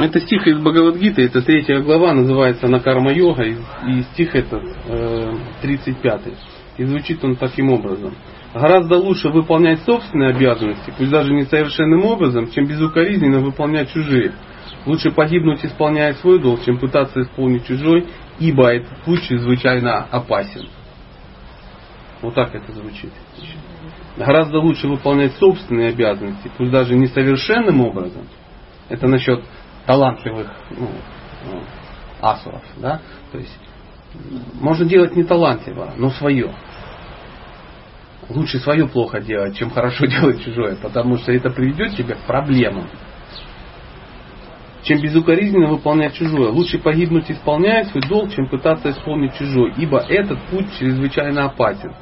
Это стих из Бхагавад-гиты, это 3 глава, называется «Накарма-йога», и стих этот 35. И звучит он таким образом. Гораздо лучше выполнять собственные обязанности, пусть даже несовершенным образом, чем безукоризненно выполнять чужие. Лучше погибнуть, исполняя свой долг, чем пытаться исполнить чужой, ибо этот путь чрезвычайно опасен. Вот так это звучит. Гораздо лучше выполнять собственные обязанности, пусть даже несовершенным образом. Это насчет талантливых асуров. Да? То есть можно делать не талантливо, но свое. Лучше свое плохо делать, чем хорошо делать чужое, потому что это приведет тебя к проблемам. Чем безукоризненно выполнять чужое. Лучше погибнуть, исполняя свой долг, чем пытаться исполнить чужой, ибо этот путь чрезвычайно опасен.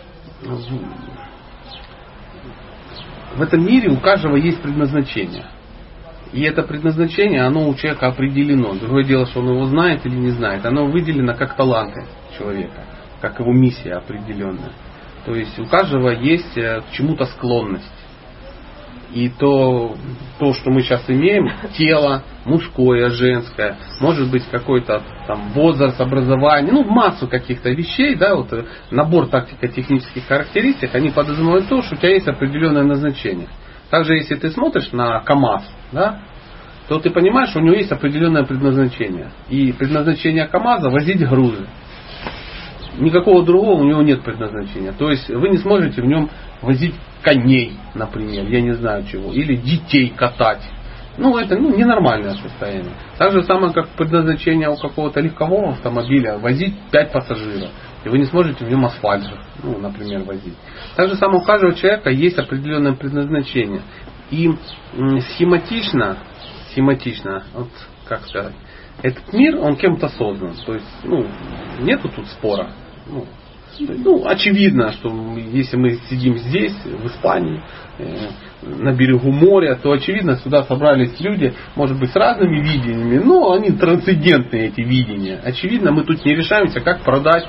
В этом мире у каждого есть предназначение. И это предназначение, оно у человека определено. Другое дело, что он его знает или не знает. Оно выделено как таланты человека, как его миссия определенная. То есть у каждого есть к чему-то склонность. И то, что мы сейчас имеем, тело, мужское, женское, может быть какой-то там возраст, образование, массу каких-то вещей, да, вот набор тактико-технических характеристик, они подразумевают то, что у тебя есть определенное назначение. Также если ты смотришь на КАМАЗ, да, то ты понимаешь, что у него есть определенное предназначение. И предназначение КАМАЗа — возить грузы. Никакого другого у него нет предназначения. То есть вы не сможете в нем возить коней, например, я не знаю чего, или детей катать. Это ненормальное состояние. Так же самое, как предназначение у какого-то легкового автомобиля возить 5 пассажиров. И вы не сможете в нем асфальт, например, возить. Так же самое у каждого человека есть определенное предназначение. И схематично, вот как сказать, этот мир, он кем-то создан. То есть, нету тут спора. Очевидно, что если мы сидим здесь, в Испании, на берегу моря, то очевидно, сюда собрались люди, может быть, с разными видениями, но они трансцендентные, эти видения. Очевидно, мы тут не решаемся, как продать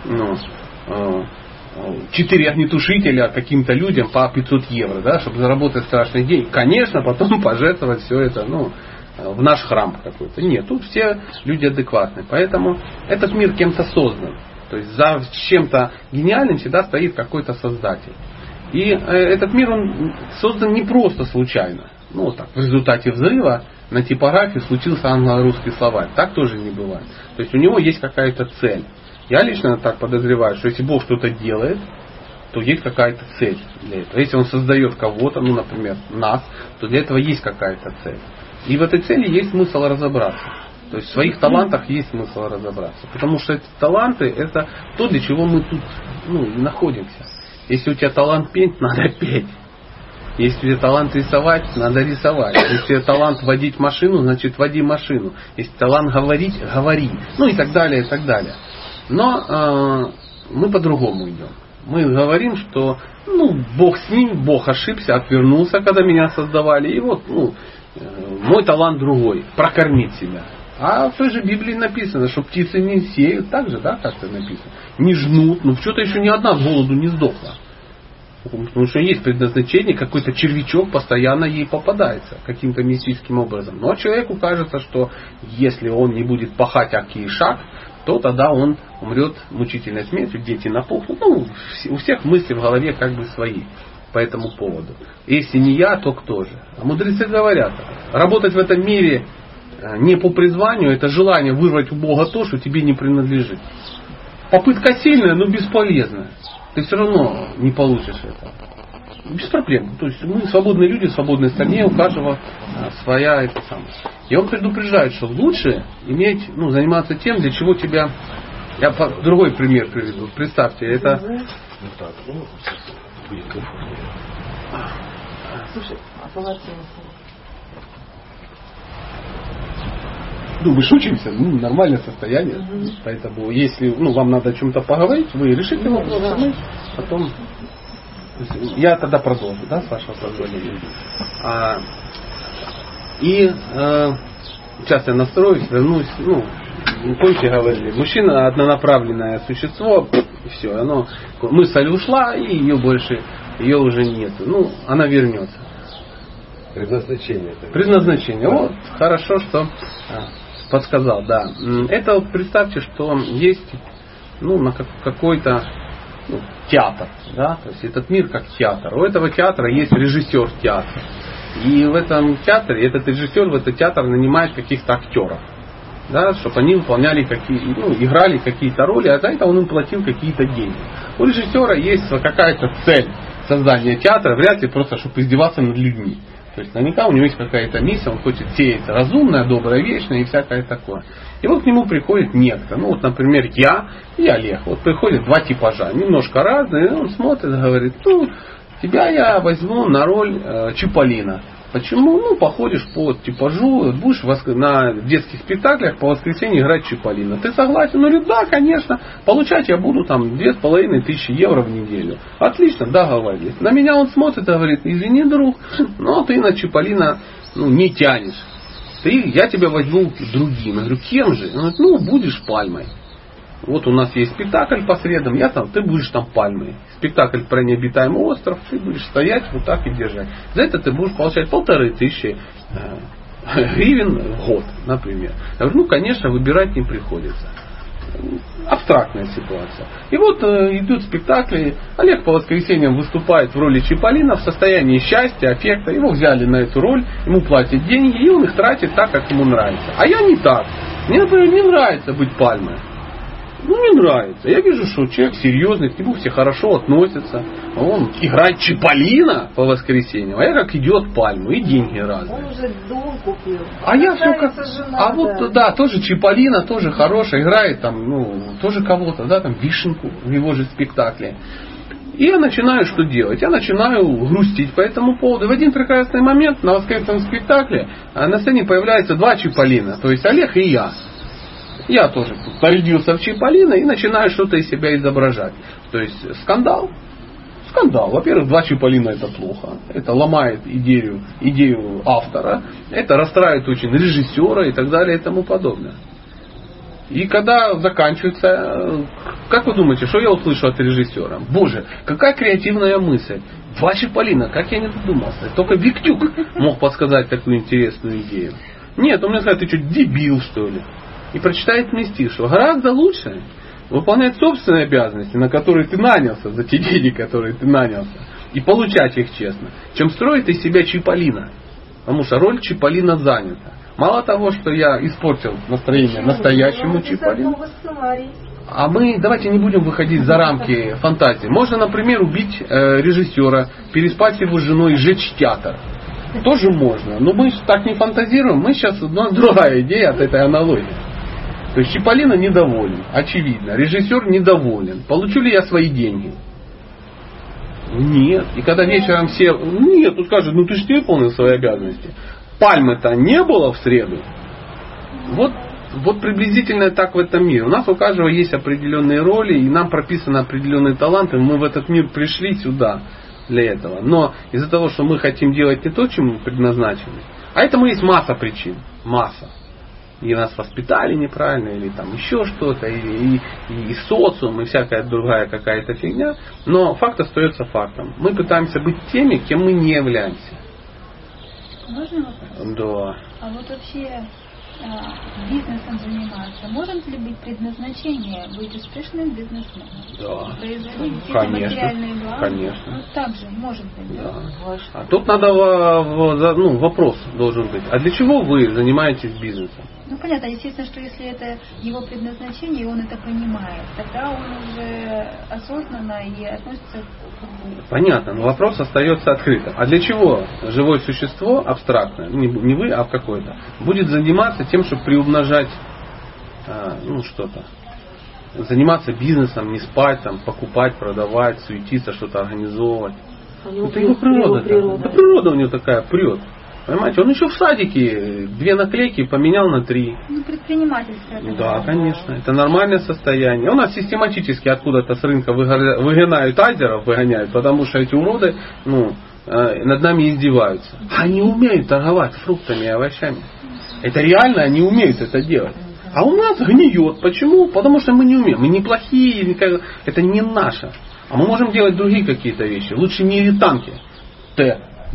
4 огнетушителя каким-то людям по 500 евро, да, чтобы заработать страшный день. Конечно, потом пожертвовать все это, в наш храм какой-то. Нет, тут все люди адекватные. Поэтому этот мир кем-то создан. То есть за чем-то гениальным всегда стоит какой-то создатель. И этот мир, он создан не просто случайно. В результате взрыва на типографии случился англо-русский словарь. Так тоже не бывает. То есть у него есть какая-то цель. Я лично так подозреваю, что если Бог что-то делает, то есть какая-то цель для этого. Если Он создает кого-то, например, нас, то для этого есть какая-то цель. И в этой цели есть смысл разобраться. То есть в своих талантах есть смысл разобраться. Потому что эти таланты — это то, для чего мы тут находимся. Если у тебя талант петь, надо петь. Если у тебя талант рисовать, надо рисовать. Если у тебя талант водить машину, значит води машину. Если талант говорить, говори. И так далее, и так далее. Но мы по-другому идем. Мы говорим, что Бог с ним, Бог ошибся, отвернулся, когда меня создавали. И мой талант другой, прокормить себя. А в той же Библии написано, что птицы не сеют, так же, да, как-то написано, не жнут, что-то еще ни одна с голоду не сдохла. Потому что есть предназначение, какой-то червячок постоянно ей попадается каким-то мистическим образом. Но человеку кажется, что если он не будет пахать аки шаг, то тогда он умрет мучительной смертью, дети напухнут. У всех мысли в голове как бы свои по этому поводу. Если не я, то кто же? А мудрецы говорят, работать в этом мире не по призванию, это желание вырвать у Бога то, что тебе не принадлежит. Попытка сильная, но бесполезная. Ты все равно не получишь это. Без проблем. То есть мы свободные люди в свободной стране, у каждого своя это самое. И он предупреждает, что лучше иметь, заниматься тем, для чего тебя... Я другой пример приведу. Представьте, это... Слушай, а полотенце? Мы шутимся, нормальное состояние. Поэтому, если вам надо о чем-то поговорить, вы решите вопрос, потом... Я тогда продолжу, да, с вашего позволения. Сейчас я настроюсь, вернусь, помните, говорили, мужчина однонаправленное существо, и все, мысль ушла, и ее уже нет. Она вернется. Предназначение. Предназначение. Вот, хорошо, что подсказал, да. Это вот представьте, что есть какой-то театр, да, то есть этот мир как театр. У этого театра есть режиссер театра. И в этом театре этот режиссер в этот театр нанимает каких-то актеров, да, чтобы они выполняли играли какие-то роли, а за это он им платил какие-то деньги. У режиссера есть какая-то цель создания театра, вряд ли просто, чтобы издеваться над людьми. То есть наверняка у него есть какая-то миссия, он хочет сеять разумное, доброе, вечное и всякое такое. И вот к нему приходит некто, например, я и Олег. Вот приходят два типажа, немножко разные, и он смотрит и говорит, тебя я возьму на роль Чиполлино. Почему? Походишь по типажу, будешь на детских спектаклях по воскресеньям играть Чиполлино. Ты согласен? Он говорит, да, конечно. Получать я буду 2500 евро в неделю. Отлично, договорились. На меня он смотрит и говорит, извини, друг, но ты на Чиполлино не тянешь. Я тебя возьму другим. Я говорю, кем же? Он говорит, будешь пальмой. Вот у нас есть спектакль по средам, ты будешь там пальмой. Спектакль про необитаемый остров, ты будешь стоять вот так и держать. За это ты будешь получать 1500 гривен в год, например. Я говорю, конечно, выбирать не приходится. Абстрактная ситуация. И вот идут спектакли, Олег по воскресеньям выступает в роли Чиполлино в состоянии счастья, аффекта. Его взяли на эту роль, ему платят деньги, и он их тратит так, как ему нравится. А я не так. Мне, например, не нравится быть пальмой. Не нравится. Я вижу, что человек серьезный, к нему все хорошо относятся. Он играет Чиполлино по воскресеньям, а я как идет пальму, и деньги разные. Он уже дом купил. А я все как... Жена, да, тоже Чиполлино, тоже хороший, играет тоже кого-то, вишенку в его же спектакле. И я начинаю что делать? Я начинаю грустить по этому поводу. И в один прекрасный момент на воскресном спектакле на сцене появляются два Чиполлино, то есть Олег и я. Я тоже порядился в Чиполлино и начинаю что-то из себя изображать. То есть скандал. Во-первых, два Чиполлино это плохо. Это ломает идею автора. Это расстраивает очень режиссера и так далее и тому подобное. И когда заканчивается, как вы думаете, что я услышу от режиссера? Боже, какая креативная мысль. Два Чиполлино, как я не додумался. Только Виктюк мог подсказать такую интересную идею. Нет, он мне сказал, ты что, дебил что ли? И прочитает мне стих, что гораздо лучше выполнять собственные обязанности, на которые ты нанялся, за те деньги, которые ты нанялся, и получать их честно, чем строить из себя Чиполлино. Потому что роль Чиполлино занята. Мало того, что я испортил настроение настоящему Чиполлино, а мы давайте не будем выходить за рамки фантазии. Можно, например, убить режиссера, переспать с его женой и сжечь театр. Тоже можно. Но мы так не фантазируем. Мы сейчас, у нас другая идея от этой аналогии. То есть Чиполлино недоволен, очевидно. Режиссер недоволен. Получу ли я свои деньги? Нет. И когда вечером все... Нет, тут скажут, ты же не выполнил свои обязанности. Пальмы-то не было в среду. Вот приблизительно так в этом мире. У нас у каждого есть определенные роли, и нам прописаны определенные таланты. Мы в этот мир пришли сюда для этого. Но из-за того, что мы хотим делать не то, чем мы предназначены, а этому есть масса причин. Масса. И нас воспитали неправильно, или там еще что-то, и социум, и всякая другая какая-то фигня. Но факт остается фактом. Мы пытаемся быть теми, кем мы не являемся. Можно вопрос? Да. А вот вообще бизнесом заниматься, может ли быть предназначение быть успешным бизнесменом? Да. Производить действительно материальные блага? Конечно. Так же, может быть, да? А тут надо вопрос должен быть. А для чего вы занимаетесь бизнесом? Понятно, естественно, что если это его предназначение, и он это понимает, тогда он уже осознанно и относится к... Понятно, но вопрос остается открытым. А для чего живое существо абстрактное, не вы, а какое-то, будет заниматься тем, чтобы приумножать что-то? Заниматься бизнесом, не спать, покупать, продавать, суетиться, что-то организовывать. Это его природа. Да, природа у него такая прет. Понимаете, он еще в садике 2 наклейки поменял на 3. Предпринимательство. Да, конечно. Это нормальное состояние. У нас систематически откуда-то с рынка выгоняют азеров, потому что эти уроды над нами издеваются. Они умеют торговать фруктами и овощами. Это реально, они умеют это делать. А у нас гниет. Почему? Потому что мы не умеем. Мы не плохие, это не наше. А мы можем делать другие какие-то вещи. Лучше не танки.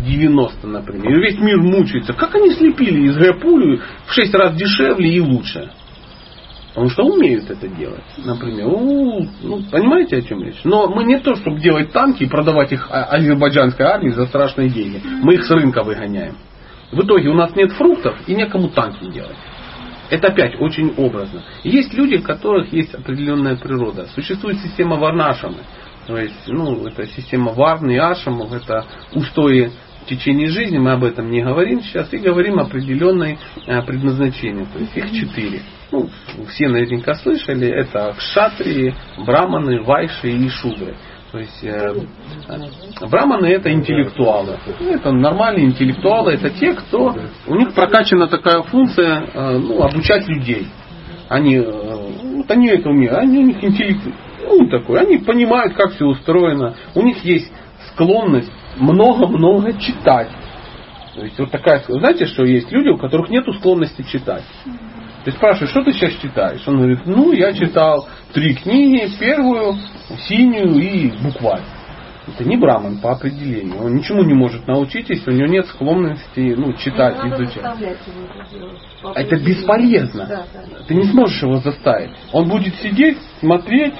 90, например. И весь мир мучается. Как они слепили из Г-пулю в 6 раз дешевле и лучше? Потому что умеют это делать. Например, понимаете, о чем речь? Но мы не то, чтобы делать танки и продавать их азербайджанской армии за страшные деньги. Мы их с рынка выгоняем. В итоге у нас нет фруктов и некому танки делать. Это опять очень образно. Есть люди, у которых есть определенная природа. Существует система варнашамы. То есть, это система варны и ашамов, это устои в течение жизни, мы об этом не говорим сейчас, и говорим о определенной предназначении. То есть их 4. Все наверняка слышали, это кшатрии, браманы, вайши и шудры. То есть браманы это интеллектуалы. Это нормальные интеллектуалы, это те, кто у них прокачана такая функция обучать людей. Они это умеют, у них интеллект такой, они понимают, как все устроено, у них есть склонность много-много читать. То есть вот такая, знаете, что есть люди, у которых нет склонности читать. Ты спрашиваешь, что ты сейчас читаешь? Он говорит, я читал 3 книги, первую, синюю и букварь. Это не браман по определению. Он ничему не может научить, если у него нет склонности читать, изучать. Это бесполезно. Да. Ты не сможешь его заставить. Он будет сидеть, смотреть.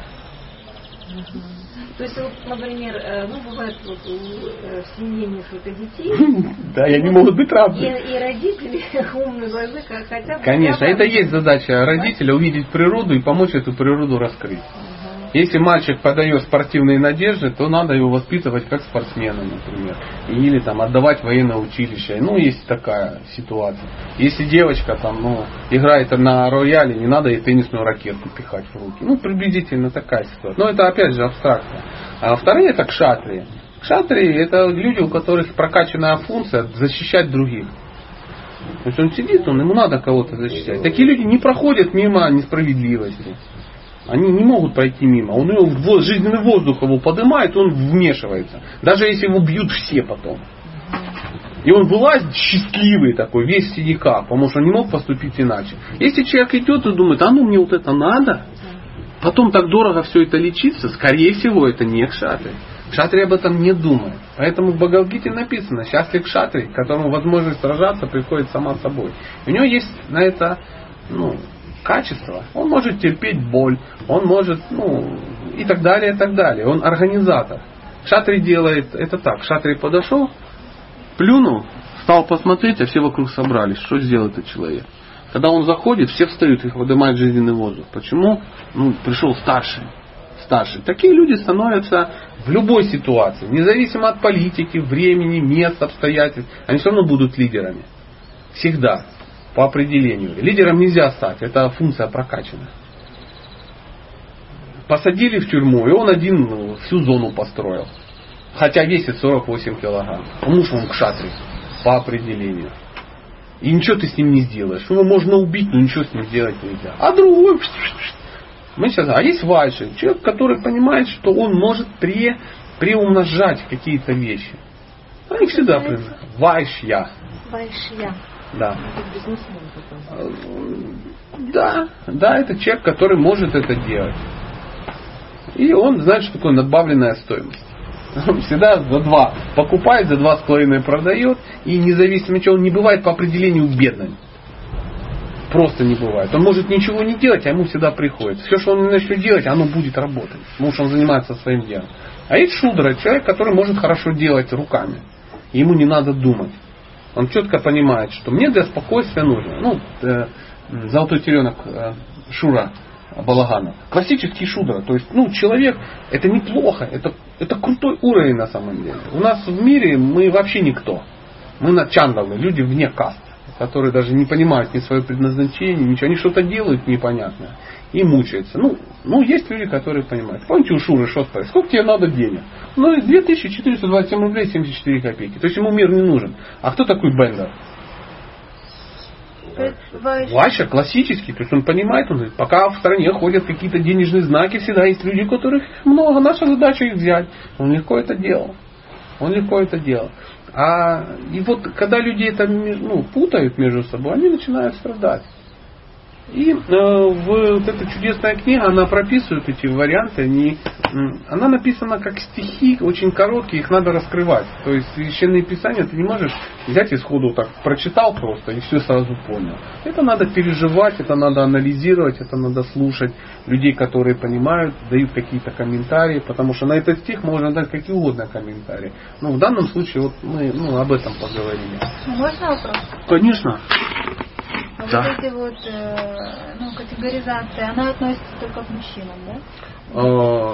То есть, например, бывает в семье несколько детей. Да, и они могут быть разные. И родители умные должны хотя бы... Конечно, это и есть задача родителя увидеть природу и помочь эту природу раскрыть. Если мальчик подает спортивные надежды, то надо его воспитывать как спортсмена, например. Или отдавать в военное училище. Есть такая ситуация. Если девочка играет на рояле, не надо ей теннисную ракетку пихать в руки. Приблизительно такая ситуация. Но это опять же абстракция. А вторые это кшатрии. Кшатрии это люди, у которых прокачанная функция защищать других. То есть он сидит, ему надо кого-то защищать. Такие люди не проходят мимо несправедливости. Они не могут пройти мимо. Он его жизненный воздух его поднимает, он вмешивается. Даже если его бьют все потом. И он вылазит счастливый такой, весь в синяках, потому что не мог поступить иначе. Если человек идет и думает, мне вот это надо, потом так дорого все это лечиться, скорее всего это не кшатри. Кшатри об этом не думает. Поэтому в Бхагавад-гите написано, счастлив кшатри, которому возможность сражаться приходит сама собой. У него есть на это качество. Он может терпеть боль, он может, и так далее, и так далее. Он организатор. Кшатри делает это так. Кшатри подошел, плюнул, стал посмотреть, а все вокруг собрались. Что сделал этот человек? Когда он заходит, все встают, их поднимает жизненный воздух. Почему? Пришел старший. Такие люди становятся в любой ситуации, независимо от политики, времени, мест, обстоятельств. Они все равно будут лидерами. Всегда. По определению. Лидером нельзя стать. Это функция прокачана. Посадили в тюрьму, и он один всю зону построил. Хотя весит 48 килограмм. Потому что он кшатри. По определению. И ничего ты с ним не сделаешь. Его можно убить, но ничего с ним сделать нельзя. А другой... А есть вайши. Человек, который понимает, что он может приумножать какие-то вещи. Они всегда вайшья. Вайшья. Да. Да, это человек, который может это делать. И он знает, что такое надбавленная стоимость. Он всегда за 2 покупает, за 2,5 продает. И независимо от чего, он не бывает по определению бедным. Просто не бывает. Он может ничего не делать, а ему всегда приходит. Все, что он начнет делать, оно будет работать. Потому что он занимается своим делом. А есть шудра, человек, который может хорошо делать руками. И ему не надо думать. Он четко понимает, что мне для спокойствия нужно. Золотой теленок Шура Балагана. Классический шудра. То есть, человек, это неплохо. Это крутой уровень на самом деле. У нас в мире мы вообще никто. Мы начандалы, люди вне каст, которые даже не понимают ни свое предназначение, ничего. Они что-то делают непонятное и мучаются. Есть люди, которые понимают. Помните, у Шуры что спросили? Сколько тебе надо денег? 2427 рублей 74 копейки. То есть ему мир не нужен. А кто такой Бендер? Вайша классический. То есть он понимает, он говорит, пока в стране ходят какие-то денежные знаки, всегда есть люди, у которых много. Наша задача их взять. Он легко это делал. И вот когда люди это путают между собой, они начинают страдать. И вот эта чудесная книга, она прописывает эти варианты. Она написана как стихи, очень короткие, их надо раскрывать. То есть священные писания ты не можешь взять и сходу так прочитал просто и все сразу понял. Это надо переживать, это надо анализировать, это надо слушать людей, которые понимают, дают какие-то комментарии, потому что на этот стих можно дать какие угодно комментарии. Но в данном случае вот мы об этом поговорим. Можно вопрос? Конечно. Да. Вот эти вот категоризации, она относится только к мужчинам, да?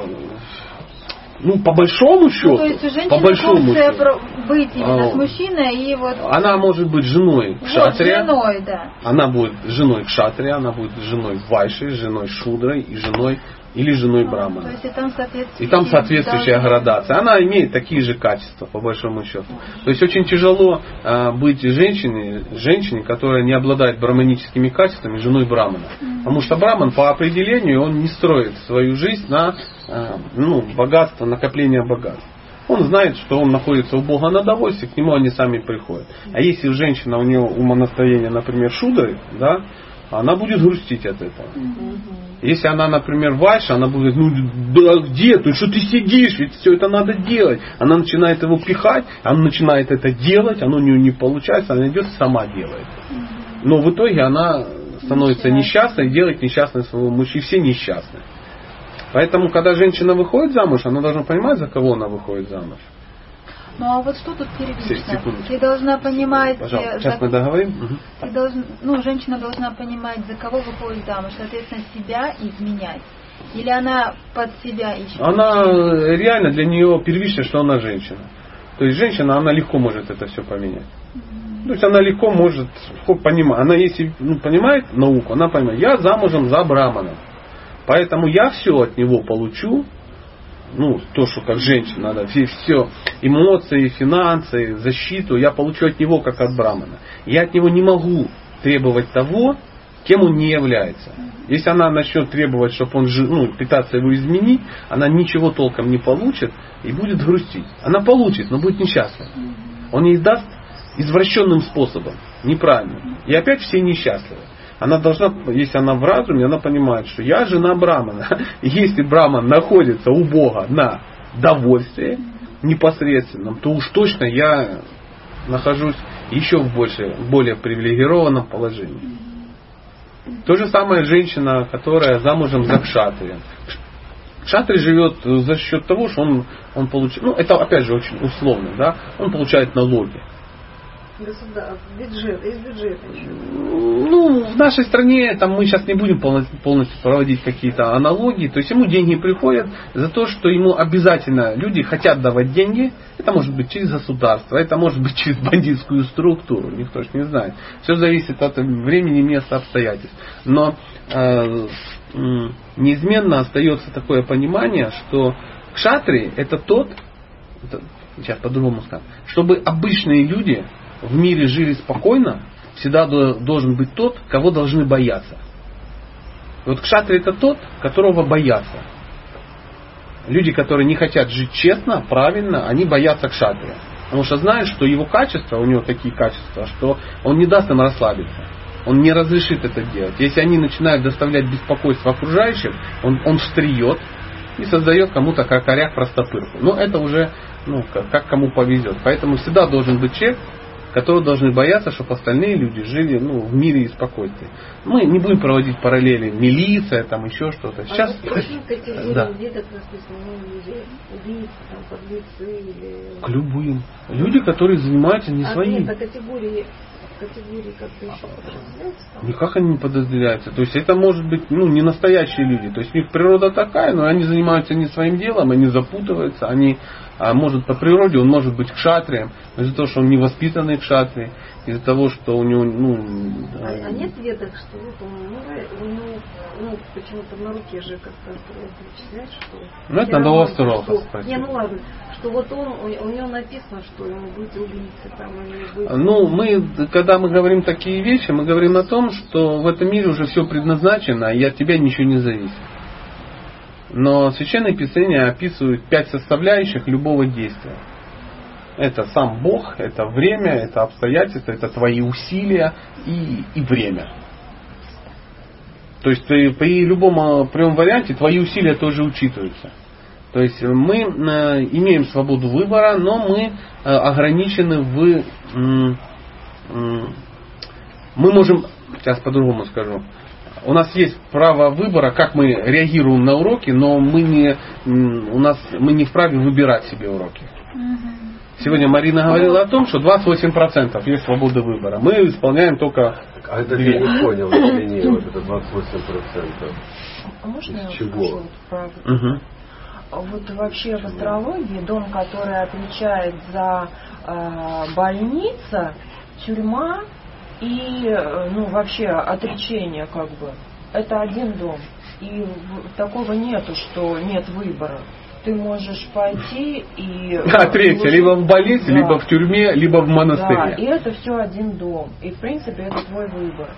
По большому счету, то есть у женщины по большому функция счету, быть именно с мужчиной и вот... Она может быть женой кшатрия. Женой, да. Она будет женой кшатрия, она будет женой вайши, женой шудрой и женой или женой брамана. То есть и там соответствующая градация. Она имеет такие же качества, по большому счету. То есть очень тяжело быть женщине, которая не обладает браманическими качествами, женой брамана. Потому что браман по определению он не строит свою жизнь на богатство, накопление богатств. Он знает, что он находится у Бога на довольстве, к нему они сами приходят. А если женщина, у нее умонастроение, например, шудры, да, она будет грустить от этого. Если она, например, вайша, она будет, где ты, что ты сидишь, ведь все это надо делать. Она начинает его пихать, она начинает это делать, оно у нее не получается, она идет и сама делает. Но в итоге она становится несчастной, делает несчастной своего мужчину, и все несчастны. Поэтому, когда женщина выходит замуж, она должна понимать, за кого она выходит замуж. Ну а вот что тут первично? Ты должна понимать... Пожалуйста, сейчас мы договорим. Женщина должна понимать, за кого выходит замуж, соответственно, себя изменять. Или она под себя ищет? Она реально для нее первично, что она женщина. То есть женщина, она легко может это все поменять. То есть она легко может понимать. Она если понимает науку, она понимает, я замужем за браманом. Поэтому я все от него получу. То, что как женщина, надо, все эмоции, финансы, защиту, я получу от него, как от брамана. Я от него не могу требовать того, кем он не является. Если она начнет требовать, чтобы он пытаться его изменить, она ничего толком не получит и будет грустить. Она получит, но будет несчастна. Он ей даст извращенным способом, неправильно. И опять все несчастливы. Она должна, если она в разуме, она понимает, что я жена брамана. И если браман находится у Бога на довольстве непосредственном, то уж точно я нахожусь еще в более привилегированном положении. То же самое женщина, которая замужем за кшатрием. Кшатрий живет за счет того, что он получает, это опять же очень условно, да, он получает налоги. Бюджет, из бюджета еще. В нашей стране мы сейчас не будем полностью проводить какие-то аналогии. То есть ему деньги приходят за то, что ему обязательно люди хотят давать деньги. Это может быть через государство, это может быть через бандитскую структуру. Никто ж не знает. Все зависит от времени, места, обстоятельств. Но неизменно остается такое понимание, что кшатрий это тот, сейчас по-другому скажу, чтобы обычные люди в мире жили спокойно, всегда должен быть тот, кого должны бояться. И вот кшатрий это тот, которого боятся. Люди, которые не хотят жить честно, правильно, они боятся кшатрия. Потому что знают, что его качества, у него такие качества, что он не даст им расслабиться. Он не разрешит это делать. Если они начинают доставлять беспокойство окружающим, он встреет и создает кому-то какарях простопырку. Но это уже как кому повезет. Поэтому всегда должен быть человек, которого должны бояться, чтобы остальные люди жили в мире и спокойствии. Мы не будем проводить параллели. Милиция, еще что-то. Сейчас... К любым. Люди, которые занимаются не своим. Категории как-то еще подразделяются? Никак они не подразделяются. То есть это может быть не настоящие люди. То есть у них природа такая, но они занимаются не своим делом, они запутываются, может по природе он может быть кшатрием, но из-за того, что он невоспитанный кшатрий, из-за того, что у него... А нет ведок, что вот он почему-то на руке же как-то перечисляет, что... это надо у астрологов спросить. Ладно, что вот у него написано, что ему будет убийца. Когда мы говорим такие вещи, мы говорим о том, что в этом мире уже все предназначено, и от тебя ничего не зависит. Но Священное Писание описывает 5 составляющих любого действия. Это сам Бог, это время, это обстоятельства, это твои усилия и время. То есть при любом варианте твои усилия тоже учитываются. То есть мы имеем свободу выбора, но мы ограничены мы можем, сейчас по-другому скажу, у нас есть право выбора, как мы реагируем на уроки, но мы не вправе выбирать себе уроки. Сегодня Марина говорила о том, что 28% есть свобода выбора. Мы исполняем только... А это я не понял, извини, вот это 28%. А можно я чего? Скажу, вот вообще в астрологии дом, который отвечает за больница, тюрьма и вообще отречение как бы, это один дом. И такого нету, что нет выбора. Ты можешь пойти и... Третье, либо в больнице, либо в тюрьме, либо в монастыре. Да, и это все один дом. И в принципе это твой выбор.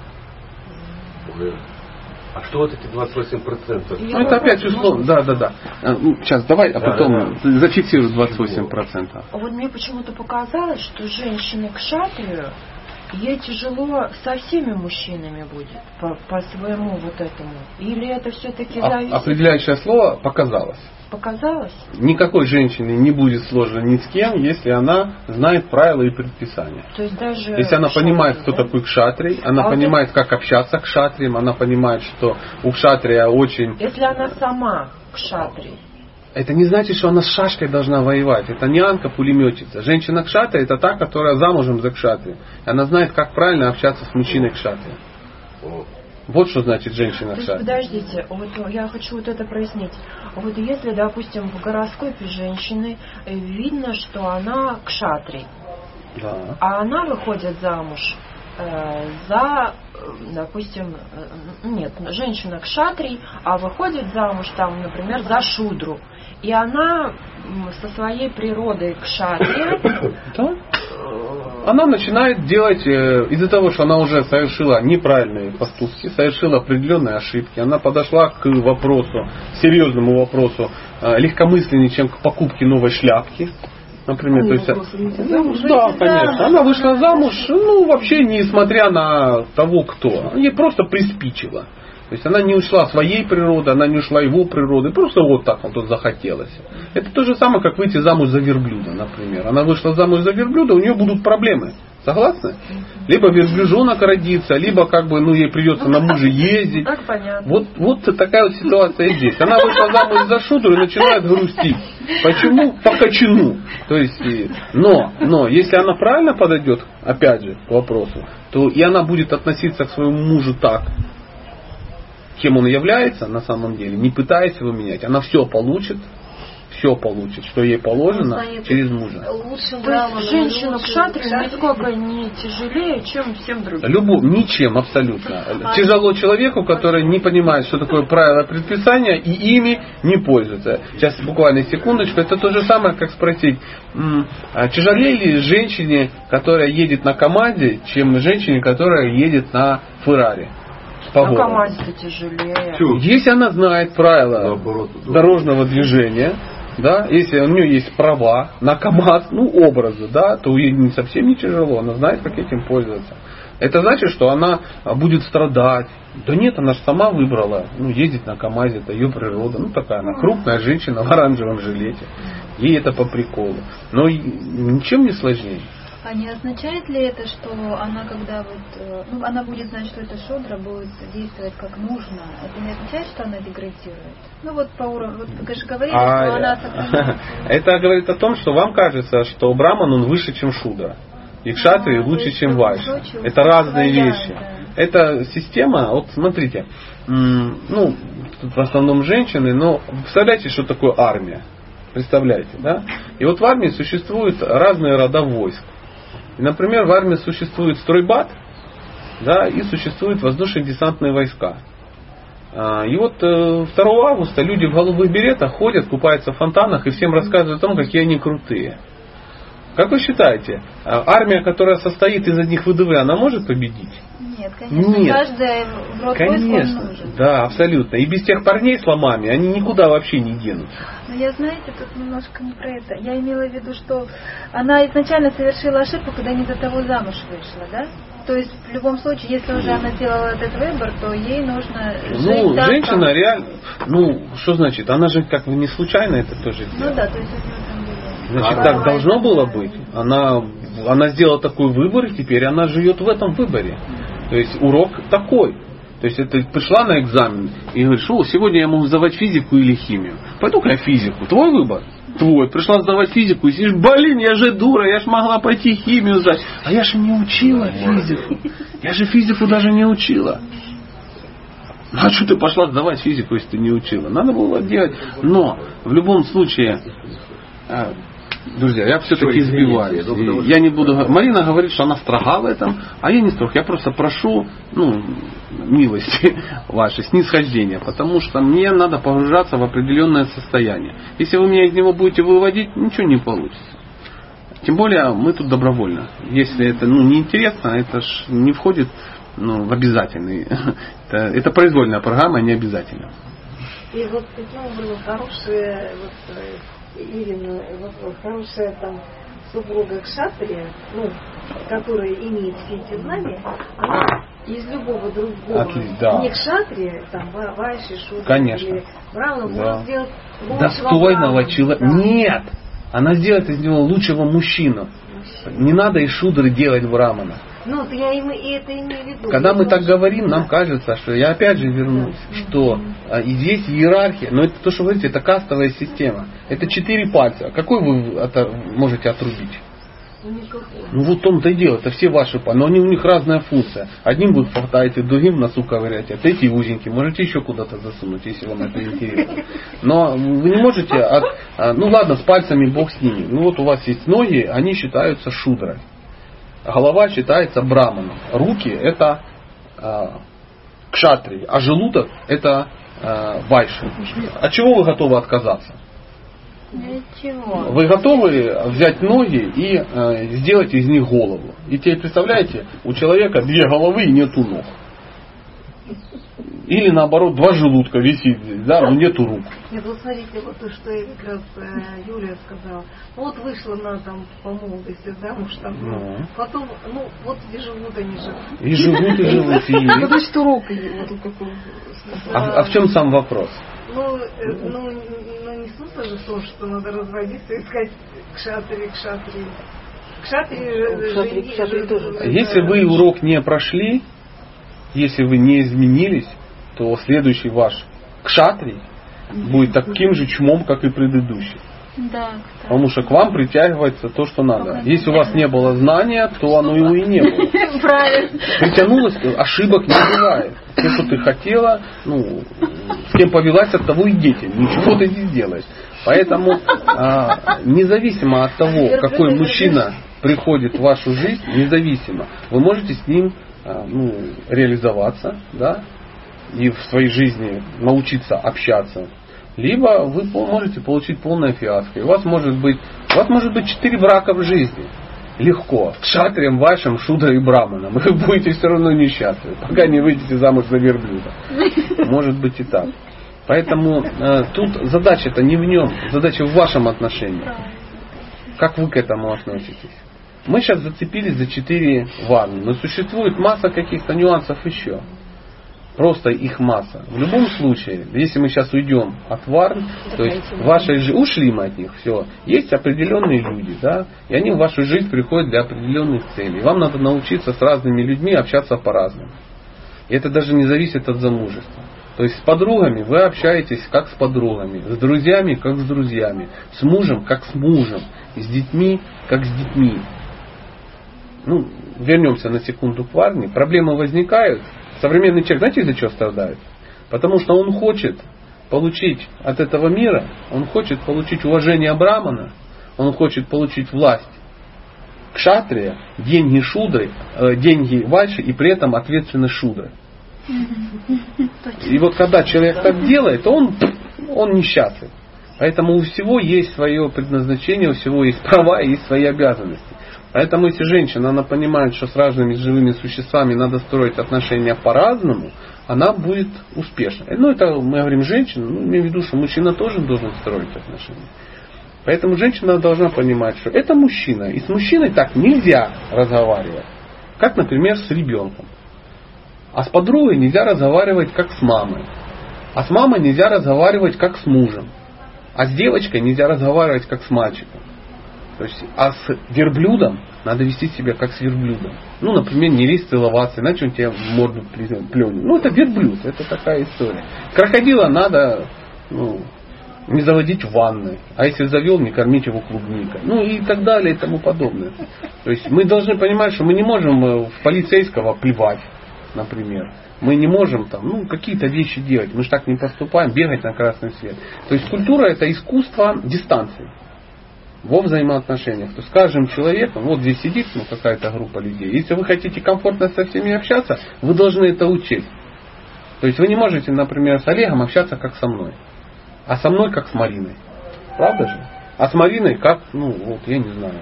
А что вот эти 28%? Это опять условно. Да. Сейчас давай, а потом зафиксируй 28%. Вот мне почему-то показалось, что женщины кшатрию, ей тяжело со всеми мужчинами будет по своему вот этому. Или это все-таки зависит? Определяющее слово показалось. Показалось? Никакой женщине не будет сложно ни с кем, если она знает правила и предписания. То есть даже если она понимает, кто такой кшатрий, она понимает, как общаться к кшатриям, она понимает, что у кшатрия очень... Если она сама кшатрий. Это не значит, что она с шашкой должна воевать. Это не Анка-пулеметчица. Женщина кшатрия — это та, которая замужем за кшатрием. Она знает, как правильно общаться с мужчиной кшатрием. Вот что значит женщина кшатрия. Подождите, вот я хочу вот это прояснить. Вот если, допустим, в гороскопе женщины видно, что она кшатрий, а она выходит замуж за, допустим, нет, женщина кшатрий, а выходит замуж там, например, за шудру. И она со своей природой кшатрия, она начинает делать, из-за того, что она уже совершила неправильные поступки, совершила определенные ошибки, она подошла к вопросу, серьезному вопросу, легкомысленнее, чем к покупке новой шляпки. Например, то есть, да, конечно. Она вышла замуж, вообще несмотря на того, кто. Ей просто приспичило. То есть она не ушла своей природы, она не ушла его природы, просто вот так вот захотелось. Это то же самое, как выйти замуж за верблюда, например. Она вышла замуж за верблюда, у нее будут проблемы. Согласны? Либо верблюжонок родится, либо ей придется на муже ездить. Так понятно. Вот такая вот ситуация здесь. Она вышла замуж за шудру и начинает грустить. Почему? По кочану. То есть, но если она правильно подойдет, опять же, к вопросу, то и она будет относиться к своему мужу так, кем он является на самом деле, не пытаясь его менять, она все получит, что ей положено через мужа. То есть женщина кшатрия нисколько не тяжелее, чем всем другим. Ничем абсолютно. Тяжело человеку, который не понимает, что такое правила предписания и ими не пользуется. Сейчас буквально секундочку. Это то же самое, как спросить, тяжелее ли женщине, которая едет на КамАЗе, чем женщине, которая едет на Феррари? На КамАЗе-то тяжелее. Если она знает правила дорожного движения, да, если у нее есть права на КамАЗ, образы, да, то ей совсем не тяжело, она знает, как этим пользоваться. Это значит, что она будет страдать. Да нет, она же сама выбрала ездить на КамАЗе, это ее природа. Такая она крупная женщина в оранжевом жилете. Ей это по приколу. Но ничем не сложнее. А не означает ли это, что она, когда она будет знать, что эта шудра будет действовать как нужно, это не означает, что она деградирует? По уровню, вы же говорили, что она сохраняется. Это говорит о том, что вам кажется, что браман он выше, чем шудра. И кшатри лучше, чем вайша. Это разные вещи. Это система, вот смотрите, тут в основном женщины, но представляете, что такое армия? Представляете, да? И вот в армии существуют разные рода войск. И, например, в армии существует стройбат, да, и существуют воздушно-десантные войска. И вот 2 августа люди в голубых беретах ходят, купаются в фонтанах и всем рассказывают о том, какие они крутые. Как вы считаете, армия, которая состоит из одних ВДВ, она может победить? Нет, конечно. Нет. Каждый в род войск нужен. Да, абсолютно. И без тех парней с ломами они никуда вообще не денутся. Но я, знаете, тут немножко не про это. Я имела в виду, что она изначально совершила ошибку, когда не за того замуж вышла, да? то есть в любом случае, если уже она сделала этот выбор, то ей нужно жить так, женщина как... реально, что значит? Она же как бы не случайно это тоже сделала. Да, то есть это значит, так должно было быть. Она сделала такой выбор, и теперь она живет в этом выборе. То есть урок такой. То есть это пришла на экзамен и говоришь, сегодня я могу сдавать физику или химию. Пойду-ка я физику. Твой выбор? Твой. Пришла сдавать физику и сидишь, я же дура, я же могла пойти химию сдать. А я же не учила физику. Я же физику даже не учила. А что ты пошла сдавать физику, если ты не учила? Надо было делать. Но в любом случае... Друзья, я все-таки избиваюсь. Я не буду... Марина говорит, что она строга в этом, а я не строг. Я просто прошу милости вашей, снисхождения, потому что мне надо погружаться в определенное состояние. Если вы меня из него будете выводить, ничего не получится. Тем более мы тут добровольно. Если это неинтересно, это ж не входит в обязательный. Это произвольная программа, а не обязательно. И вот таким образом хорошая Ирина, хорошая супруга кшатрия, которая имеет все эти знания, она из любого другого не кшатрия, вайши, шудра или брамана, может сделать достойного человека. Нет! Она сделает из него лучшего мужчину. Не надо из шудры делать брамана. Я и это имею в виду. Когда мы так говорим, нам кажется, что я опять же вернусь, что и здесь иерархия, но это то, что вы говорите, это кастовая система. Это 4 пальца. Какой вы можете отрубить? Вот в том-то и дело, это все ваши пальцы. Но у них разная функция. Одним вы хватаете, другим в носу ковыряете, а третий узенький. Можете еще куда-то засунуть, если вам это интересно. Но вы не можете ладно, с пальцами бог с ними. У вас есть ноги, они считаются шудрой. Голова считается браманом. Руки это кшатрии, а желудок это вайши. От чего вы готовы отказаться? Ничего. Вы готовы взять ноги и сделать из них голову. И теперь представляете, у человека 2 головы и нету ног. Или наоборот, 2 желудка висит здесь, но нету рук. Нет, смотрите, то, что как раз Юлия сказала. Вышла она по молодости замуж, потом, и живут они же. И живут. Значит, урок. А в чем сам вопрос? Не смысл же в том, что надо разводиться и искать кшатрии. Кшатрии тоже. Если вы урок не прошли, если вы не изменились, то следующий ваш кшатрий будет таким же чмом, как и предыдущий. Да, потому что к вам притягивается то, что надо. Если у вас не было знания, то оно его и не было. Правильно. Притянулось, ошибок не бывает. Все, что ты хотела, с кем повелась, от того и дети. Ничего ты не сделаешь. Поэтому независимо от того, какой мужчина приходит в вашу жизнь, независимо, вы можете с ним реализоваться, и в своей жизни научиться общаться, либо вы можете получить полное фиаско. И у вас может быть 4 брака в жизни. Легко. Кшатрием, вашим, шудрой и браманом. И вы будете все равно несчастливы, пока не выйдете замуж за верблюда. Может быть и так. Поэтому тут задача-то не в нем, задача в вашем отношении. Как вы к этому относитесь? Мы сейчас зацепились за 4 варны, но существует масса каких-то нюансов еще. Просто их масса. В любом случае, если мы сейчас уйдем от варн, то есть ушли мы от них, все. Есть определенные люди, и они в вашу жизнь приходят для определенных целей. Вам надо научиться с разными людьми общаться по-разному. И это даже не зависит от замужества. То есть с подругами вы общаетесь как с подругами, с друзьями как с друзьями, с мужем как с мужем, с детьми как с детьми. Вернемся на секунду к варне. Проблемы возникают. Современный человек, знаете, из-за чего страдает? Потому что он хочет получить от этого мира, он хочет получить уважение брамана, он хочет получить власть кшатрия, деньги шудры, деньги вайши и при этом ответственность шудры. И когда человек так делает, он несчастлив. Поэтому у всего есть свое предназначение, у всего есть права и есть свои обязанности. Поэтому если женщина, она понимает, что с разными живыми существами надо строить отношения по-разному, она будет успешна. Это мы говорим женщина, имею в виду, что мужчина тоже должен строить отношения. Поэтому женщина должна понимать, что это мужчина. И с мужчиной так нельзя разговаривать. Как, например, с ребенком. А с подругой нельзя разговаривать как с мамой. А с мамой нельзя разговаривать как с мужем. А с девочкой нельзя разговаривать как с мальчиком. То есть, а с верблюдом надо вести себя как с верблюдом. Ну, например, не лезть целоваться, иначе он тебе в морду плюнет. Ну, это верблюд, это такая история. Крокодила надо не заводить в ванной. А если завел, не кормить его клубникой. Ну и так далее и тому подобное. То есть мы должны понимать, что мы не можем в полицейского плевать, например. Мы не можем там, какие-то вещи делать. Мы же так не поступаем, бегать на красный свет. То есть культура — это искусство дистанции во взаимоотношениях. То есть с каждым человеком, вот здесь сидит какая-то группа людей. Если вы хотите комфортно со всеми общаться, вы должны это учесть. То есть вы не можете, например, с Олегом общаться как со мной. А со мной как с Мариной. Правда же? А с Мариной как, я не знаю,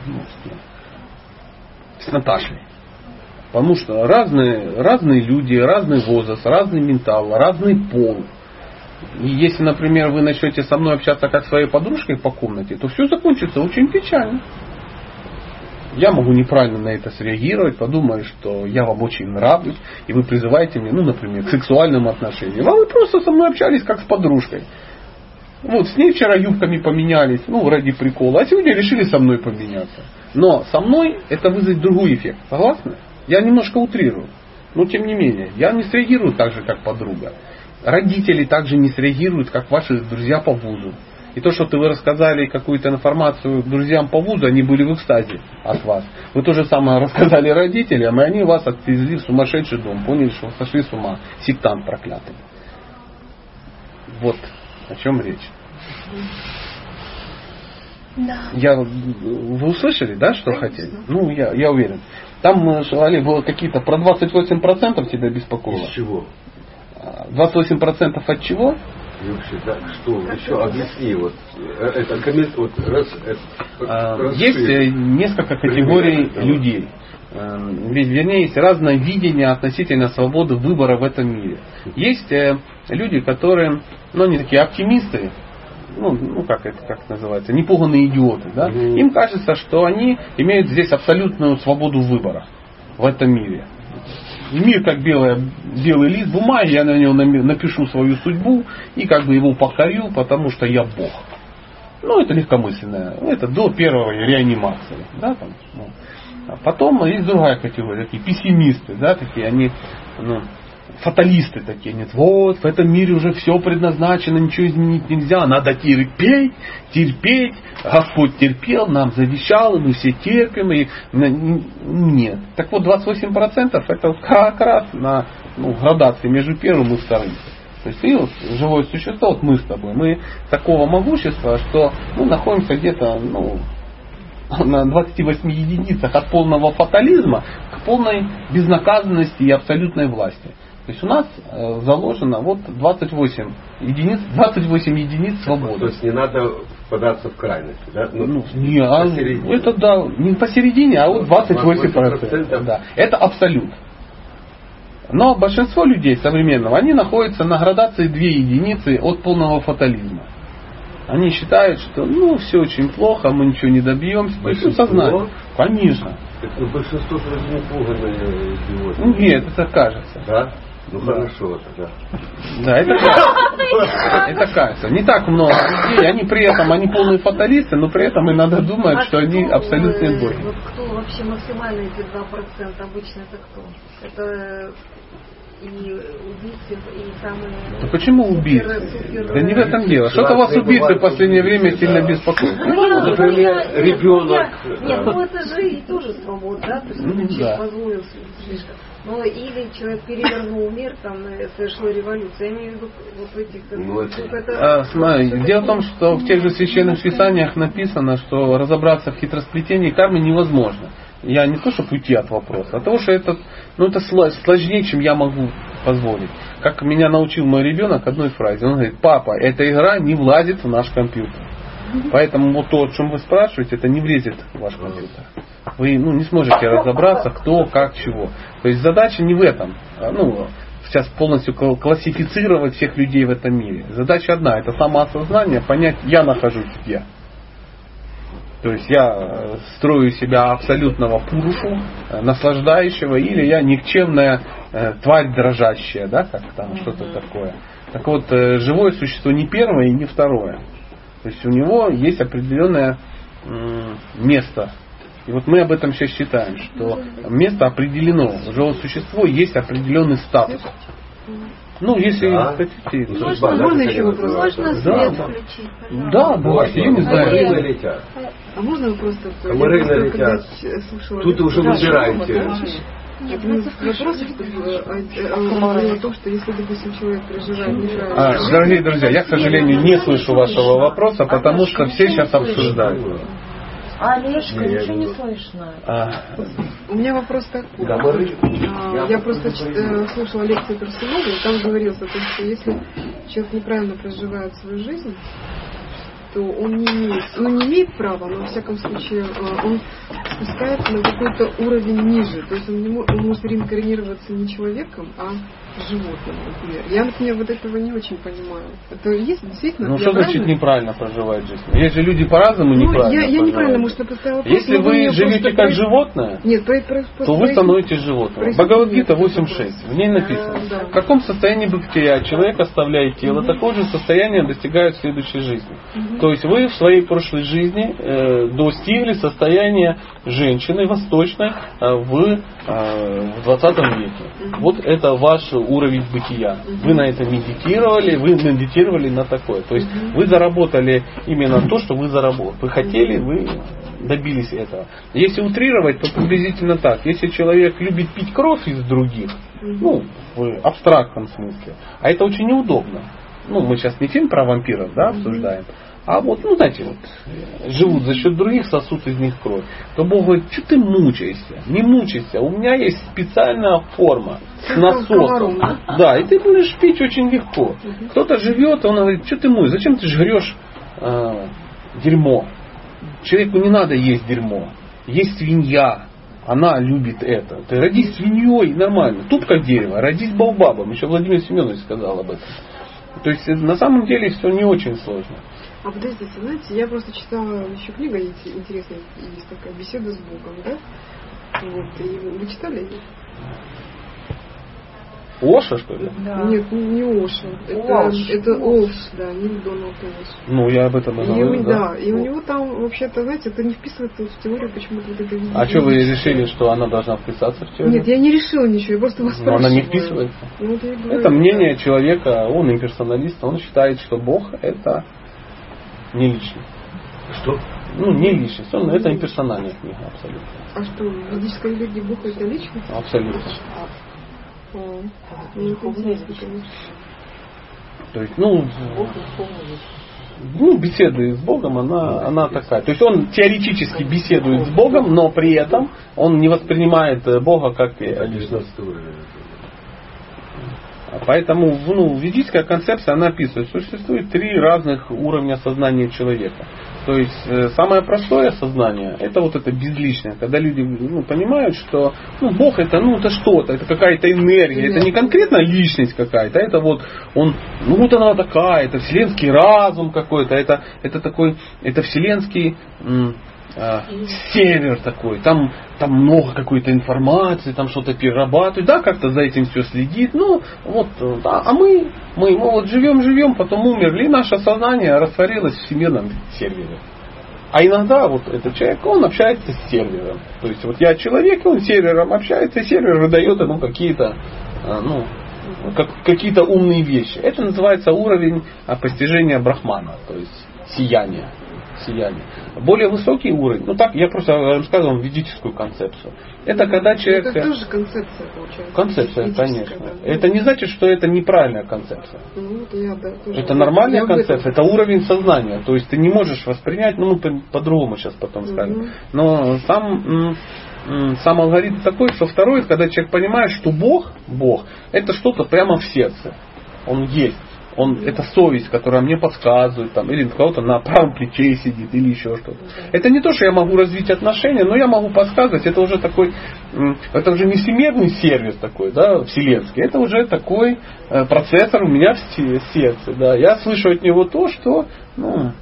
с Наташей. Потому что разные люди, разный возраст, разный ментал, разный пол. И если, например, вы начнете со мной общаться как с своей подружкой по комнате, то все закончится очень печально. Я могу неправильно на это среагировать, подумать, что я вам очень нравлюсь, и вы призываете меня, например, к сексуальным отношениям. А вы просто со мной общались как с подружкой. Вот, с ней вчера юбками поменялись, ради прикола, а сегодня решили со мной поменяться. Но со мной это вызовет другой эффект. Согласны? Я немножко утрирую. Но тем не менее, я не среагирую так же, как подруга. Родители также не среагируют, как ваши друзья по вузу. И то, что вы рассказали какую-то информацию друзьям по вузу, они были в экстазе от вас. Вы то же самое рассказали родителям, и они вас отвезли в сумасшедший дом. Поняли, что сошли с ума. Сектант проклятый. Вот о чем речь. Да. Вы услышали, да, что хотели? Я уверен. Там, Олег, было какие-то про 28% тебя беспокоило. Из чего? 28% от чего? И вообще, да, что? Еще объясни. Есть несколько категорий людей. Вернее, есть разное видение относительно свободы выбора в этом мире. Есть люди, которые, они такие оптимисты, как это называется, непуганные идиоты. Да? Им кажется, что они имеют здесь абсолютную свободу выбора в этом мире. Мир как белый лист бумаги, я на него напишу свою судьбу и его покорю, потому что я Бог. Это легкомысленно. Это до первой реанимации. Да, там, А потом есть другая категория, такие пессимисты, да, такие они, фаталисты такие, нет, в этом мире уже все предназначено, ничего изменить нельзя, надо терпеть, Господь терпел, нам завещал, и мы все терпим, и нет. Так вот, 28% это как раз на градации между первым и вторым. То есть ты живое существо, мы с тобой, мы такого могущества, что находимся где-то, на 28 единицах от полного фатализма к полной безнаказанности и абсолютной власти. То есть у нас заложено 28 единиц свободы. То есть не надо впадаться в крайности, да? Не посередине, а 28%. Да. Это абсолют. Но большинство людей современного, они находятся на градации 2 единицы от полного фатализма. Они считают, что все очень плохо, мы ничего не добьемся. Большинство? Конечно. Это большинство вроде не пуганные идиоты. Нет, это кажется. Да? Хорошо, да. Да, это кажется. Это кажется. Не так много людей, они полные фаталисты, но при этом и надо думать, что они абсолютные боги. Кто вообще максимально эти 2%? Обычно это кто? Это и убийцы, и самые... Да почему убийцы? Да не в этом дело. Что-то вас убийцы в последнее время сильно беспокоит. Например, ребенок... Нет, это же и тоже свобода, да? То есть человек позволил слишком. Или человек перевернул мир, совершила революция. Я имею в виду этих... Дело в том, что в тех же священных писаниях написано, что разобраться в хитросплетении кармы невозможно. Я не то, чтобы уйти от вопроса, а того, что это сложнее, чем я могу позволить. Как меня научил мой ребенок одной фразе. Он говорит: папа, эта игра не влазит в наш компьютер. Поэтому то, о чем вы спрашиваете, это не влезет в ваш компьютер. Вы не сможете разобраться, кто, как, чего. То есть задача не в этом. Сейчас полностью классифицировать всех людей в этом мире. Задача одна, это самоосознание, понять, я нахожусь где. То есть я строю себя абсолютного пурушу, наслаждающего, или я никчемная тварь дрожащая, да, как там что-то такое. Так вот, живое существо не первое и не второе. То есть у него есть определенное место. И вот мы об этом сейчас считаем, что место определено. У живого существа есть определенный статус. Ну, если хотите... Можно еще вопрос? Можно свет включить, пожалуйста? Да, давайте, я не знаю. Летят. А можно вы просто... Комары налетят. Тут уже выбираете. Один из вопросов говорил о том, что если, допустим, человек проживает неправильно... Дорогие друзья, я, к сожалению, не слышу вашего вопроса, потому что все сейчас обсуждают. Олежка, ничего не слышно. У меня вопрос такой. Я просто слушала лекцию Персонова, и там говорилось о том, что если человек неправильно проживает свою жизнь, то он не имеет права, но во всяком случае он спускается на какой-то уровень ниже. То есть он может реинкарнироваться не человеком, а животным, например. Я, например, вот этого не очень понимаю. Это есть действительно... Ну, что значит неправильно проживать жизнь? Есть же люди по-разному неправильно я неправильно, может, я поставила вопрос. Если вы живете как животное, то вы становитесь животным. Бхагавад-гита 8.6. В ней написано, в каком состоянии бытия человек оставляет тело, такое же состояние достигает в следующей жизни. То есть вы в своей прошлой жизни достигли состояния женщины восточной в 20 веке. Вот это ваш уровень бытия. Вы на это медитировали на такое. То есть вы заработали именно то, что вы заработали. Вы хотели, вы добились этого. Если утрировать, то приблизительно так. Если человек любит пить кровь из других, ну, в абстрактном смысле, а это очень неудобно. Ну, мы сейчас не фильм про вампиров, да, обсуждаем, а вот, ну, знаете, вот, живут за счет других, сосут из них кровь. То Бог говорит, что ты мучаешься? Не мучайся, у меня есть специальная форма с насосом. Да, и ты будешь пить очень легко. Кто-то живет, он говорит, что ты мучаешься? Зачем ты жрешь дерьмо? Человеку не надо есть дерьмо. Есть свинья. Она любит это. Ты родись свиньей, нормально. Тут как дерево, родись баобабом. Еще Владимир Семенович сказал об этом. То есть на самом деле все не очень сложно. А подождите, знаете, я просто читала еще книга интересная, есть такая «Беседа с Богом», да? Вот, и вы читали ее? Оша, что ли? Да. Нет, не Оша. Это Олш, да, не Дональд Олш. Ну, я об этом и говорю, да. И у него там, вообще-то, знаете, это не вписывается в теорию, почему-то вот это видение. А что вы решили, что она должна вписаться в теорию? Нет, я не решила ничего, я просто вас спрашиваю. Но она не вписывается. Ну, вот это мнение человека, он имперсоналист, он считает, что Бог это не личность. Что? Ну, не личность, он это имперсональная книга, абсолютно. А что, в ведической религии Бог это личность? Абсолютно. То есть, беседы с Богом, она такая. То есть он теоретически беседует с Богом, но при этом он не воспринимает Бога как личность. Поэтому ведическая концепция, она описывает, что существует 3 разных уровня сознания человека. То есть самое простое сознание, это вот это безличное, когда люди понимают, что Бог это что-то, это какая-то энергия, это не конкретно личность какая-то, это вот он, вот она такая, это вселенский разум какой-то, это такой, это вселенский сервер такой, там много какой-то информации, там что-то перерабатывают, да, как-то за этим все следит, а мы вот живем, потом умерли, и наше сознание растворилось в всемирном сервере. А иногда вот этот человек, он общается с сервером. То есть вот я человек, и он с сервером общается, и сервер выдает ему какие-то умные вещи. Это называется уровень постижения брахмана, то есть сияние. Более высокий уровень, так я просто рассказывал ведическую концепцию. Это когда человек... Это тоже концепция получается. Концепция, конечно. Да. Это не значит, что это неправильная концепция. Тоже это нормальная концепция, это уровень сознания. То есть ты не можешь воспринять, мы по-другому сейчас потом скажем. Но сам алгоритм такой, что второй, когда человек понимает, что Бог, это что-то прямо в сердце. Он есть. Это совесть, которая мне подсказывает, или кого-то на правом плече сидит, или еще что-то. Это не то, что я могу развить отношения, но я могу подсказывать, это уже такой, это уже не всемирный сервис такой, да, вселенский, это уже такой процессор у меня в сердце, да. Я слышу от него то, что,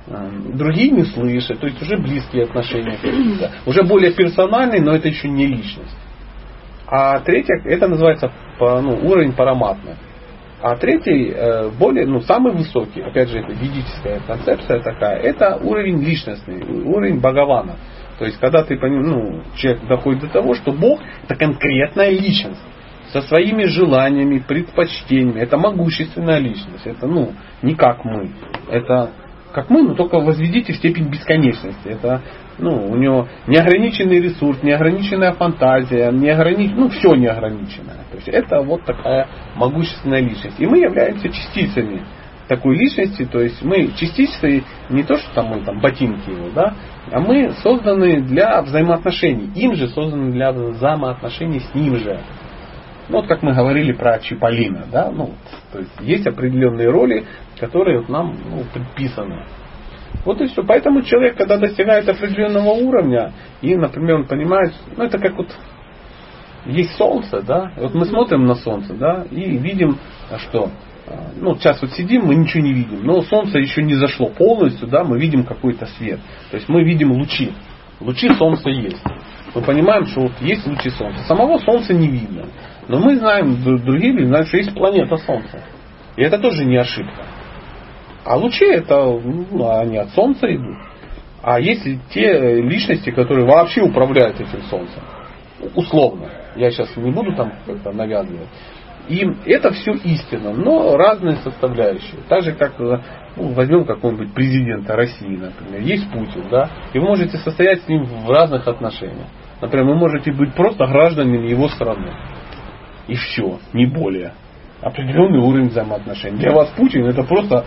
другие не слышат, то есть уже близкие отношения какие-то, уже более персональные, но это еще не личность. А третье, это называется уровень параматмы. А третий, более, самый высокий, опять же, это ведическая концепция такая, это уровень личностный, уровень Бхагавана. То есть, когда человек доходит до того, что Бог это конкретная личность, со своими желаниями, предпочтениями, это могущественная личность, это не как мы, это как мы, но только возведите в степень бесконечности. Это, у него неограниченный ресурс, неограниченная фантазия, все неограниченное. То есть это вот такая могущественная личность. И мы являемся частицами такой личности, то есть мы частицы не то, что мы ботинки его, да, а мы созданы для взаимоотношений. Им же созданы для взаимоотношений с ним же. Вот как мы говорили про Чиполлино, да, то есть определенные роли, которые нам предписаны. Вот и все. Поэтому человек, когда достигает определенного уровня, и, например, он понимает, это как есть солнце, да, вот мы смотрим на солнце, да, и видим, что, сейчас сидим, мы ничего не видим, но солнце еще не зашло полностью, да, мы видим какой-то свет. То есть мы видим лучи. Лучи солнца есть. Мы понимаем, что есть лучи солнца. Самого солнца не видно. Но мы знаем, другие люди знают, что есть планета Солнца. И это тоже не ошибка. А лучи это, они от Солнца идут. А есть те личности, которые вообще управляют этим Солнцем. Условно. Я сейчас не буду как-то навязывать. И это все истина, но разные составляющие. Так же, как возьмем какого-нибудь президента России, например. Есть Путин, да, и вы можете состоять с ним в разных отношениях. Например, вы можете быть просто гражданами его страны. И все, не более. Определенный уровень взаимоотношений. Для вас Путин это просто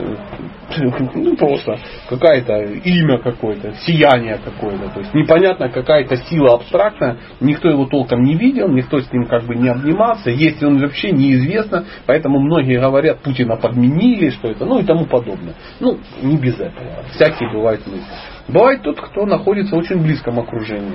какое-то имя какое-то, сияние какое-то. То есть непонятно какая-то сила абстрактная, никто его толком не видел, никто с ним не обнимался, есть он вообще неизвестно, поэтому многие говорят, Путина подменили, что это, и тому подобное. Не без этого. Всякие бывают мысли. Бывает тот, кто находится в очень близком окружении.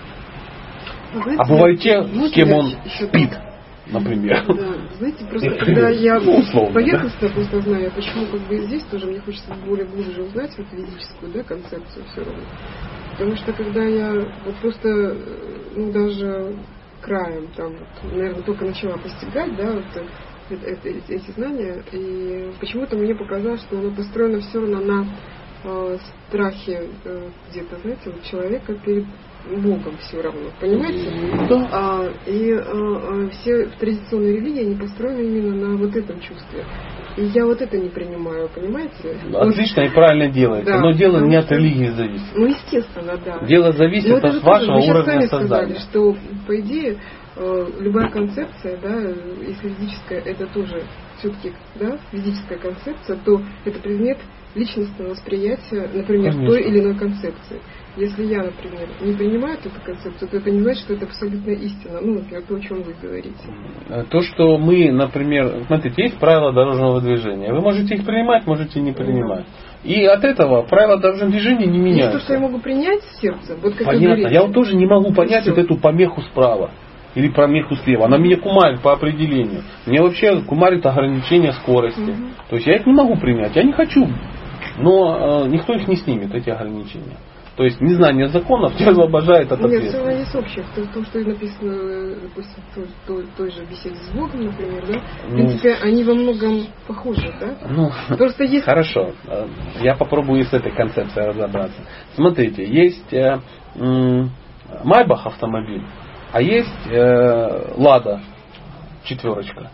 А бывают те, с кем он спит, например. Да, знаете, просто когда я поверхностно просто знаю, почему здесь тоже мне хочется более глубже узнать ведическую концепцию все равно. Потому что когда я просто, даже краем, наверное, только начала постигать, эти знания, и почему-то мне показалось, что оно построено все равно на страхе где-то, знаете, человека перед Богом все равно, понимаете? Да. Все традиционные религии, они построены именно на вот этом чувстве. И я это не принимаю, понимаете? Отлично и правильно делаете. Да, но дело не от религии зависит. Естественно, да. Дело зависит от вашего уровня сознания. Сказали, что по идее любая концепция, если физическая, это тоже все-таки, физическая концепция, то это предмет личностного восприятия, например, Конечно. той или иной концепции. Если я, например, не принимаю эту концепцию, то это не значит, что это абсолютная истина. Например, то, о чем вы говорите. То, что мы, например, смотрите, есть правила дорожного движения. Вы можете их принимать, можете не принимать. И от этого правила дорожного движения не меняются. Есть то, что я могу принять в сердце. Вот как понятно. Я тоже не могу понять эту помеху справа. Или помеху слева. Она меня кумарит по определению. Мне вообще кумарит ограничение скорости. То есть я их не могу принять. Я не хочу. Но никто их не снимет, эти ограничения. То есть незнание законов тебя освобождает от ответственности. Нет, есть общее. То, что написано, допустим, в той же беседе с Богом, например, в принципе, они во многом похожи, да? Просто есть... Хорошо. Я попробую с этой концепцией разобраться. Смотрите, есть Майбах автомобиль, а есть Лада 4.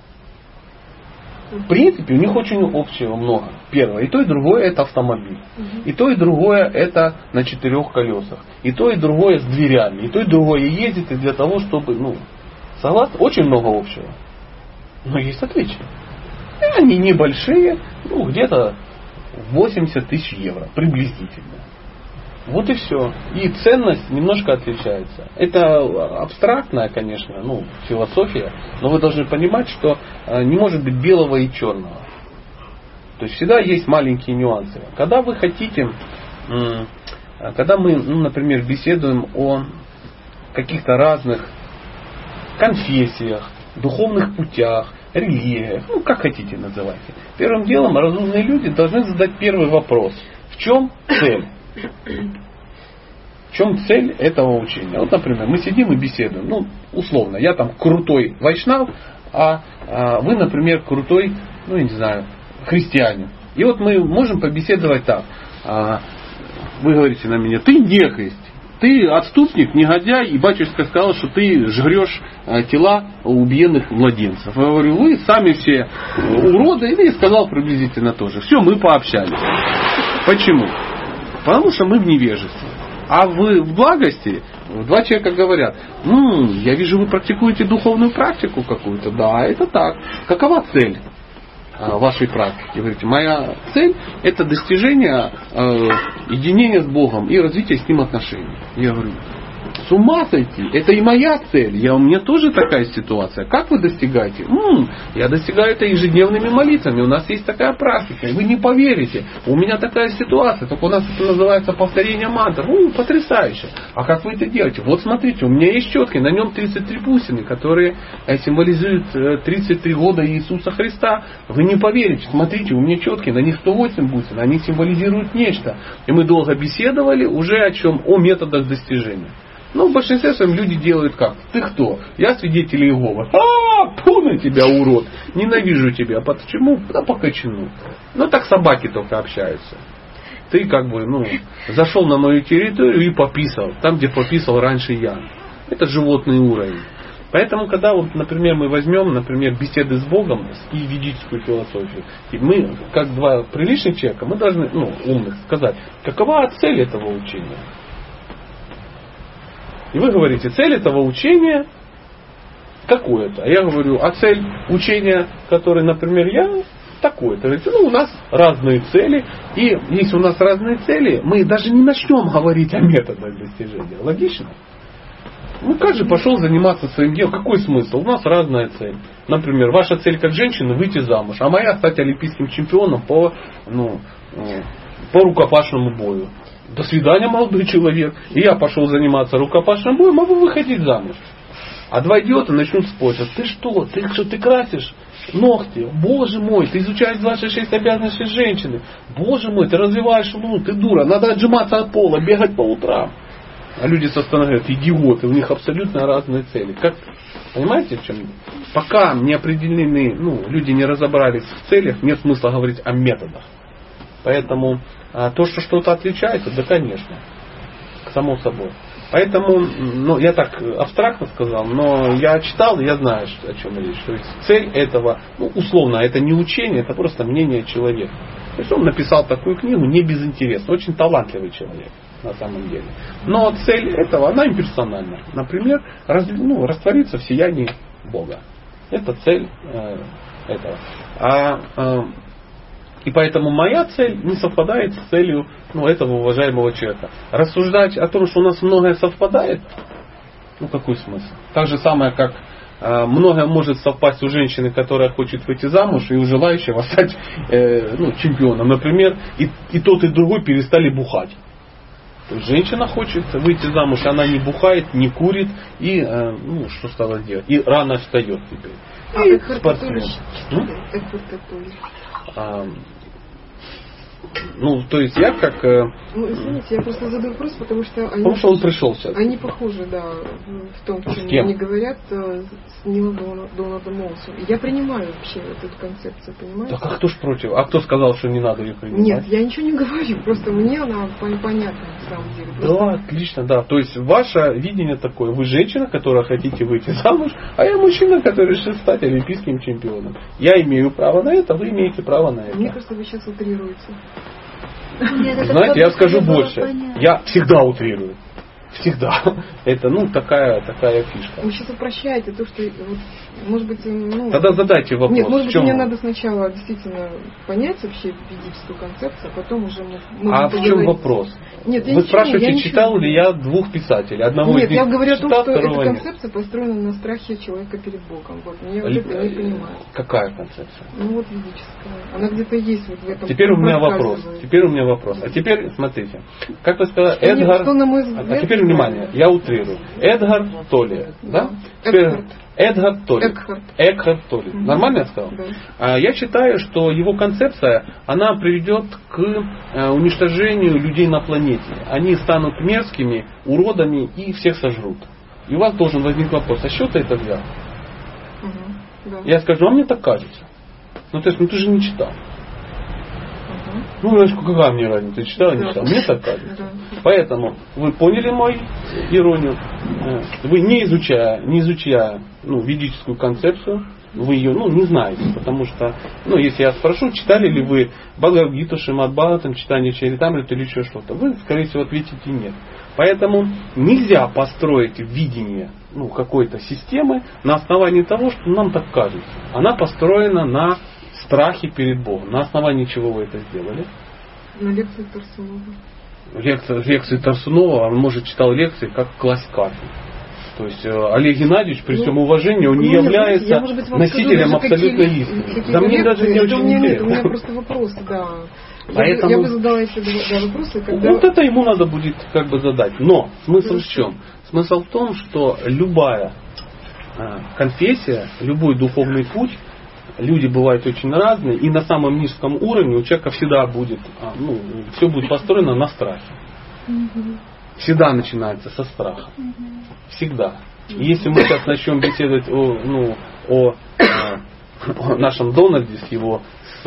В принципе, у них очень общего много. Первое. И то, и другое это автомобиль. И то, и другое это на 4 колесах. И то, и другое с дверями. И то, и другое ездит для того, чтобы... согласны? Очень много общего. Но есть отличия. И они небольшие, где-то 80 тысяч евро. Приблизительно. Вот и все. И ценность немножко отличается. Это абстрактная, конечно, философия, но вы должны понимать, что не может быть белого и черного. То есть всегда есть маленькие нюансы. Когда вы хотите, когда мы, например, беседуем о каких-то разных конфессиях, духовных путях, религиях, как хотите называйте. Первым делом разумные люди должны задать первый вопрос. В чем цель? В чем цель этого учения? Вот, например, мы сидим и беседуем. Ну, условно, я там крутой вайшнав, а вы, например, крутой, ну, я не знаю, христианин. И вот мы можем побеседовать так. Вы говорите на меня, ты нехрист, ты отступник, негодяй, и батюшка сказал, что ты жрешь тела убиенных младенцев. Я говорю, вы сами все уроды, и сказал приблизительно то же. Все, мы пообщались. Почему? Потому что мы в невежестве. А в благости два человека говорят, я вижу, вы практикуете духовную практику какую-то. Да, это так. Какова цель вашей практики? Вы говорите, моя цель это достижение единения с Богом и развитие с Ним отношений. Я говорю, с ума сойти, это и моя цель. У меня тоже такая ситуация. Как вы достигаете? Я достигаю это ежедневными молитвами. У нас есть такая практика. Вы не поверите. У меня такая ситуация. Только у нас это называется повторение мантр. Потрясающе. А как вы это делаете? Вот смотрите, у меня есть четки. На нем 33 бусины, которые символизуют 33 года Иисуса Христа. Вы не поверите. Смотрите, у меня четки. На них 108 бусин. Они символизируют нечто. И мы долго беседовали уже о чем? О методах достижения. В большинстве своем люди делают как? Ты кто? Я свидетель Иеговы. Фу на тебя, урод. Ненавижу тебя. Почему? Да по кочану. Так собаки только общаются. Ты зашел на мою территорию и пописал. Там, где пописал раньше я. Это животный уровень. Поэтому, когда, например, мы возьмем, беседы с Богом и ведическую философию, и мы, как два приличных человека, мы должны, умных, сказать, какова цель этого учения? И вы говорите, цель этого учения какое-то. А я говорю, а цель учения, которое, например, я такое-то. Говорите, у нас разные цели. И если у нас разные цели, мы даже не начнем говорить о методах достижения. Логично? Каждый пошел заниматься своим делом. Какой смысл? У нас разная цель. Например, ваша цель как женщины выйти замуж, а моя стать олимпийским чемпионом по рукопашному бою. До свидания, молодой человек. И я пошел заниматься рукопашным боем, а вы выходить замуж. А два идиота начнут спорить. Ты что? Ты красишь ногти? Боже мой, ты изучаешь 26 обязанностей женщины. Боже мой, ты развиваешь ты дура. Надо отжиматься от пола, бегать по утрам. А люди со стороны говорят, идиоты, у них абсолютно разные цели. Понимаете, в чем? Пока не определены, люди не разобрались в целях, нет смысла говорить о методах. Поэтому то, что что-то отличается, да, конечно, само собой. Поэтому, я так абстрактно сказал, но я читал, я знаю, о чем речь. То есть цель этого, условно, это не учение, это просто мнение человека. То есть он написал такую книгу не без интереса, очень талантливый человек на самом деле. Но цель этого, она имперсональна. Например, раствориться в сиянии Бога. Это цель этого. И поэтому моя цель не совпадает с целью этого уважаемого человека. Рассуждать о том, что у нас многое совпадает, какой смысл? Так же самое, как многое может совпасть у женщины, которая хочет выйти замуж, и у желающего стать чемпионом. Например, и тот, и другой перестали бухать. То есть женщина хочет выйти замуж, она не бухает, не курит, и что стала делать? И рано встает теперь. И спортсмен. То есть я как... извините, я просто задаю вопрос, потому что они... Потому что он пришел сейчас. Они похожи, в том, чем они говорят с Нилом Дональдом Моусом. Я принимаю вообще эту концепцию, понимаете? Так а кто ж против? А кто сказал, что не надо ее принимать? Нет, я ничего не говорю, просто мне она понятна на самом деле. Да, отлично, да. То есть ваше видение такое. Вы женщина, которая хотите выйти замуж, а я мужчина, который решил стать олимпийским чемпионом. Я имею право на это, вы имеете право на это. Мне кажется, вы сейчас утрируете. Нет, знаете, я скажу больше. Я всегда утрирую. Всегда. Это, такая фишка. Вы сейчас упрощаете то, что, может быть, Тогда задайте вопрос. Нет, может быть, мне надо сначала действительно понять вообще ведическую концепцию, а потом уже А в чем вопрос? Нет, вы спрашиваете, читал ли я двух писателей? Одного нет, из них я говорю читал, о том, что эта нет. концепция построена на страхе человека перед Богом. Я вот это не понимаю. Какая концепция? Ведическая. Она где-то есть в этом. Теперь у меня вопрос. А теперь смотрите. Как вы сказали, Эдгар... Что, на мой взгляд, А теперь внимание, я утрирую. Эдгар Толле. Да? Эдгар Толле. Экхарт Толле. Нормально я сказал? Да. Я считаю, что его концепция, она приведет к уничтожению людей на планете. Они станут мерзкими, уродами и всех сожрут. И у вас должен возникнуть вопрос, а с чего ты это взял? Да. Я скажу, а мне так кажется. Ну, то есть, ты же не читал. Ну, какая мне разница, ты читал, не читал? Мне так кажется. Поэтому вы поняли мою иронию. Вы не изучая ведическую концепцию, вы ее не знаете. Потому что, если я спрошу, читали ли вы Бхагавад-гиту, Шримад-Бхагаватам, читание Чаритамриты или еще что-то, вы, скорее всего, ответите нет. Поэтому нельзя построить видение какой-то системы на основании того, что нам так кажется. Она построена на страхе перед Богом. На основании чего вы это сделали? На лекции Тарсунова. Лекции Тарсунова, он, может, читал лекции как класть карты. То есть Олег Геннадьевич, при всем уважении, он не является носителем абсолютной истины. Да мне даже не очень интересно. У меня просто вопросы, да. Поэтому, я бы задала эти вопросы, когда... Вот это ему надо будет задать. Но смысл в чем? Смысл в том, что любая конфессия, любой духовный путь, люди бывают очень разные, и на самом низком уровне у человека всегда будет, все будет построено на страхе. Всегда начинается со страха. Всегда. И если мы сейчас начнем беседовать о нашем Дональде с его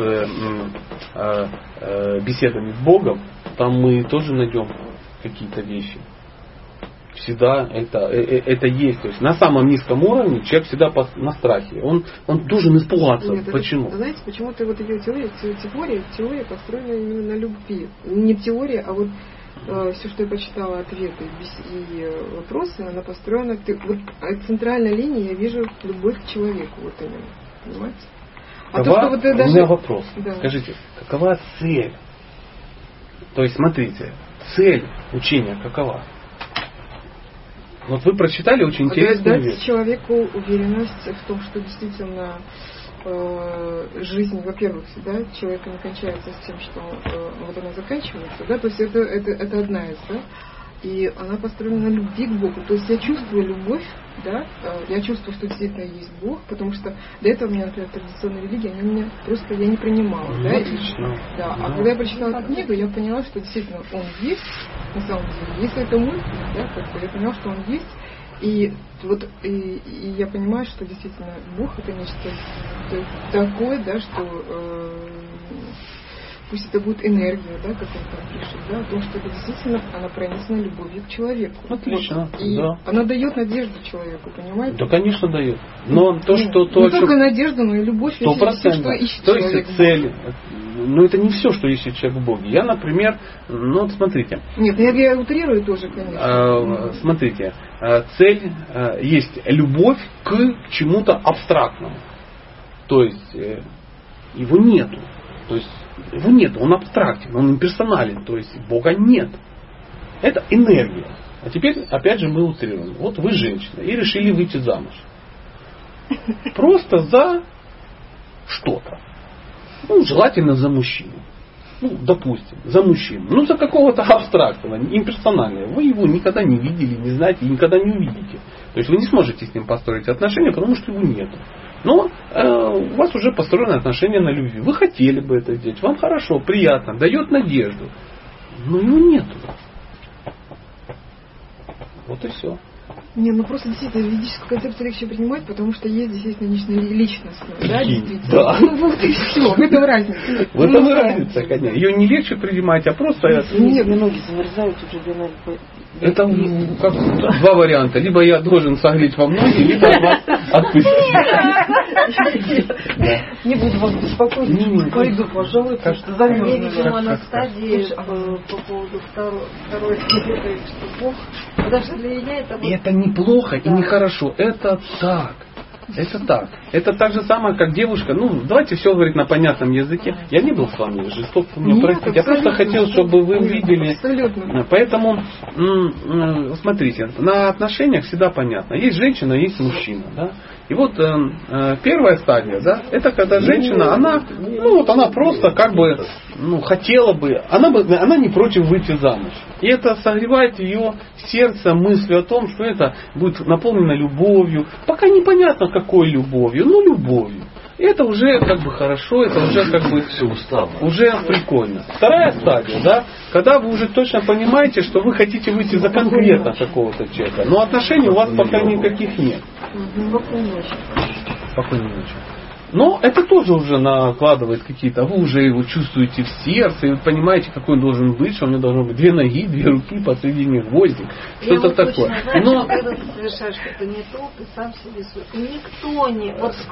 беседами с Богом, там мы тоже найдем какие-то вещи. Всегда это есть. То есть на самом низком уровне человек всегда на страхе. Он должен испугаться. Нет, почему? Знаете, почему-то вот ее теория построена именно на любви. Не теория, а вот все, что я почитала, ответы и вопросы, она построена. От центральной линии я вижу любовь к человеку. Вот именно. Понимаете? У меня вопрос. Да. Скажите, какова цель? То есть, смотрите, цель учения какова? Вот вы прочитали очень интересную вещь. Дать человеку уверенность в том, что действительно жизнь, во-первых, всегда человека не кончается с тем, что вот она заканчивается, да, то есть это одна из, да, и она построена на любви к Богу. То есть я чувствую любовь, да, я чувствую, что действительно есть Бог, потому что до этого у меня, например, традиционная религия, она меня просто, я не принимала, да, да. А когда я прочитала эту книгу, я поняла, что действительно Он есть, на самом деле, если это мысль, да, как-то я поняла, что Он есть, и я понимаю, что действительно Бог это нечто такое, да, что пусть это будет энергия, да, как он там пишет, да, о том, что это действительно она пронесена любовью к человеку. Отлично. Вот. И да. Она дает надежду человеку, понимаете? Да, конечно, дает. Но не только надежду, но и любовь, 100%. Все, что ищет то человек. Есть цель. Но это не все, что ищет человек в Боге. Я, например, вот смотрите. Нет, я утрирую тоже, конечно. Смотрите, цель есть любовь к чему-то абстрактному. То есть его нету. То есть его нет, он абстрактен, он имперсонален, то есть Бога нет. Это энергия. А теперь, опять же, мы утрируем. Вот вы женщина и решили выйти замуж. Просто за что-то. Желательно за мужчину. Допустим, за мужчину. За какого-то абстрактного, имперсонального. Вы его никогда не видели, не знаете и никогда не увидите. То есть вы не сможете с ним построить отношения, потому что его нет. Но у вас уже построены отношения на любви. Вы хотели бы это сделать. Вам хорошо, приятно, дает надежду. Но его нету. Вот и все. Просто действительно ведическую концепцию легче принимать, потому что есть действительно личностную, да, действительно. Да. Вот и все, в этом разница. В этом разница, конечно. Ее не легче принимать, а просто... Нет, ноги замерзают уже. Это как два варианта. Либо я должен согреть вам ноги, либо вас отпустить. Не буду вас беспокоить. Пойду, пожалуй, потому что замерзла. Я, видимо, на стадии по поводу второй что Бог. Потому что для меня это... И это неплохо и нехорошо. Это так. Это так. Это так же самое, как девушка. Давайте все говорить на понятном языке. Я не был с вами жесток, меня простите. Я просто хотел, чтобы вы увидели. Абсолютно. Поэтому, смотрите, на отношениях всегда понятно. Есть женщина, есть мужчина. Да? И вот первая стадия, да, это когда женщина, она просто как бы, хотела бы, она не против выйти замуж. И это согревает ее сердце мыслью о том, что это будет наполнено любовью. Пока непонятно какой любовью, но любовью. И это уже как бы хорошо, это уже как бы уже прикольно. Вторая стадия, да, когда вы уже точно понимаете, что вы хотите выйти за конкретно какого-то человека, но отношений у вас пока никаких нет. Спокойной ночи. Но это тоже уже накладывает какие-то, вы уже его чувствуете в сердце, и вы понимаете, какой он должен быть, что у него должно быть 2 ноги, 2 руки, посреди них гвоздик, что-то такое. Но когда ты совершаешь что-то не то, ты сам себе никто не...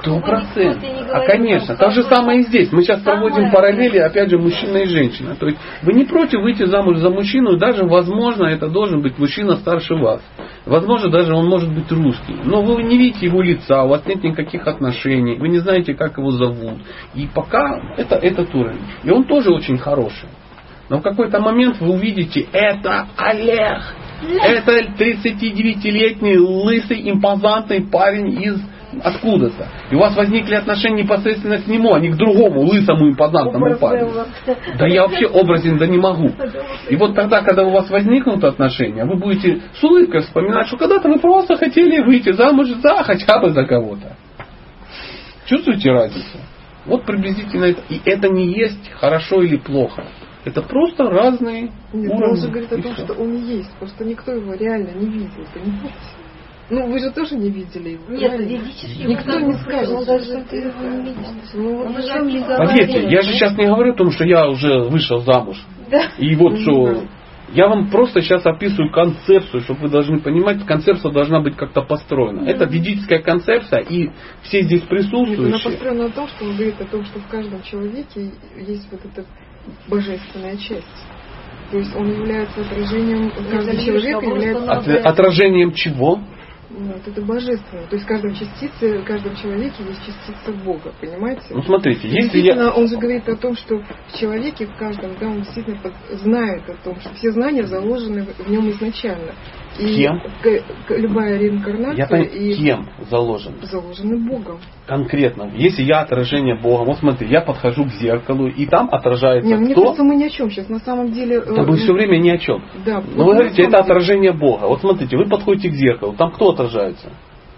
100%. Конечно, то же самое и здесь. Мы сейчас проводим параллели, опять же, мужчина и женщина. То есть вы не против выйти замуж за мужчину, и даже, возможно, это должен быть мужчина старше вас. Возможно, даже он может быть русский. Но вы не видите его лица, у вас нет никаких отношений, вы не знаете, как его зовут. И пока это этот уровень. И он тоже очень хороший. Но в какой-то момент вы увидите, это Олег. Это 39-летний, лысый, импозантный парень из откуда-то. И у вас возникли отношения непосредственно к нему, а не к другому, лысому, импозантному парню. Да я вообще образен, да не могу. И вот тогда, когда у вас возникнут отношения, вы будете с улыбкой вспоминать, что когда-то вы просто хотели выйти замуж за хотя бы за кого-то. Чувствуете разницу? Вот приблизительно это. И это не есть хорошо или плохо. Это просто разные уровни. Он же говорит о том, что он есть. Просто никто его реально не видел. Понимаете? Вы же тоже не видели его. Нет, юридически никто не скажет. Даже ты его не видишь. Поверьте, я же сейчас не говорю о том, что я уже вышел замуж. Да. И вот что... Я вам просто сейчас описываю концепцию, чтобы вы должны понимать, концепция должна быть как-то построена. Это ведическая концепция, и все здесь присутствующие... Она построена на том, что он говорит о том, что в каждом человеке есть вот эта божественная часть. То есть он является отражением, каждый человек является... Отражением чего? Это божественно. То есть в каждом частице, в каждом человеке есть частица Бога, понимаете? Смотрите, если он же говорит о том, что в человеке, в каждом, он действительно знает о том, что все знания заложены в нем изначально. И кем? Любая реинкарнация... Кем заложены? Заложены Богом. Конкретно. Если я отражение Бога, вот смотри, я подхожу к зеркалу, и там отражается мне кажется, мы ни о чем сейчас. На самом деле... Да вы все время ни о чем. Да. Но вы говорите, это отражение Бога. Вот смотрите, вы подходите к зеркалу, там кто отражается?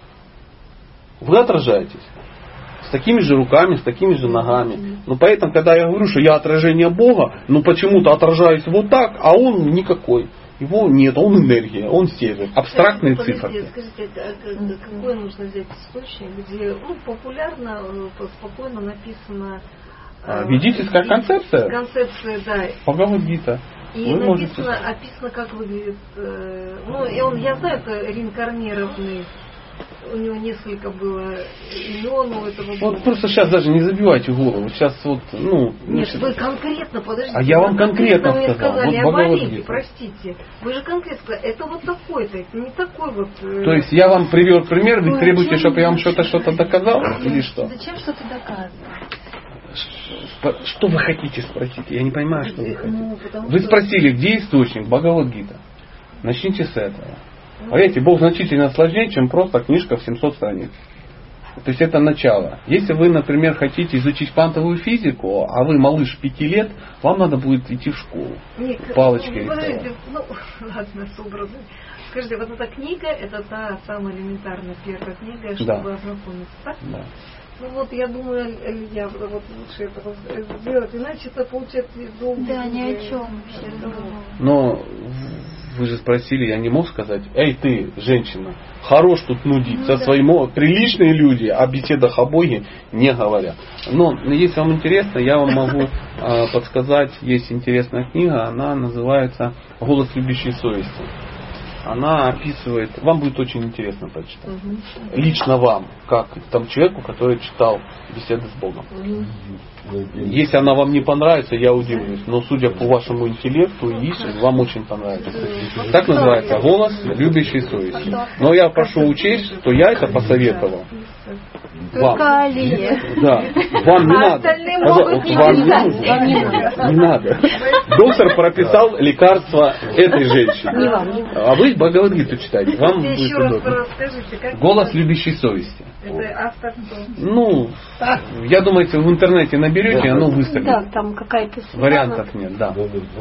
Вы отражаетесь. С такими же руками, с такими же ногами. Поэтому, когда я говорю, что я отражение Бога, почему-то отражаюсь вот так, а он никакой. Его нет, он энергия, он стержень, абстрактные цифры. Скажите, какой нужно взять источник, где популярно, спокойно написано... Ведическая концепция? Концепция, да. Бхагавад-гита. И описано, как выглядит... я знаю, это реинкарнированный. У него несколько было имен у этого Бога. Вот просто сейчас даже не забивайте голову. Сейчас Нет, вы конкретно, подождите. А я вам конкретно сказал. Вы сказали о Олеге, простите. Вы же конкретно сказали, это вот такой-то, это не такой вот... То есть я вам привел пример, вы требуете, чтобы я вам что-то доказал? Или что? Зачем что-то доказывать? Что вы хотите спросить? Я не понимаю, что вы хотите. Вы спросили, где источник? Бхагавад-гита. Начните с этого. Поверьте, Бог значительно сложнее, чем просто книжка в 700 страниц. То есть это начало. Если вы, например, хотите изучить квантовую физику, а вы малыш 5 лет, вам надо будет идти в школу. Палочкой. Ладно, с образом. Скажите, вот эта книга, это та самая элементарная первая книга, чтобы ознакомиться, так? Да. Я думаю, Илья, лучше это сделать, иначе это получается долго. Да, ни о чем вообще. Но вы же спросили, я не мог сказать, эй ты, женщина, хорош тут нудить со своим, приличные люди о беседах о Боге не говорят. Но если вам интересно, я вам могу подсказать, есть интересная книга, она называется «Голос любящей совести». Она описывает, вам будет очень интересно прочитать. Лично вам, как там человеку, который читал беседы с Богом. Если она вам не понравится, я удивлюсь. Но судя по вашему интеллекту и истине, вам очень понравится. Так называется «Голос любящей совести». Но я прошу учесть, что я это посоветовал. Только Алие. Да. Вам не надо. Вам не надо. Доктор прописал лекарство этой женщине. А вы Бхагавад-гиту читаете. Вам будет удобно. «Голос любящей совести». Это автор. Ну, я думаю, если в интернете наберете, оно выстрелит. Да, там какая-то вариантов нет, да.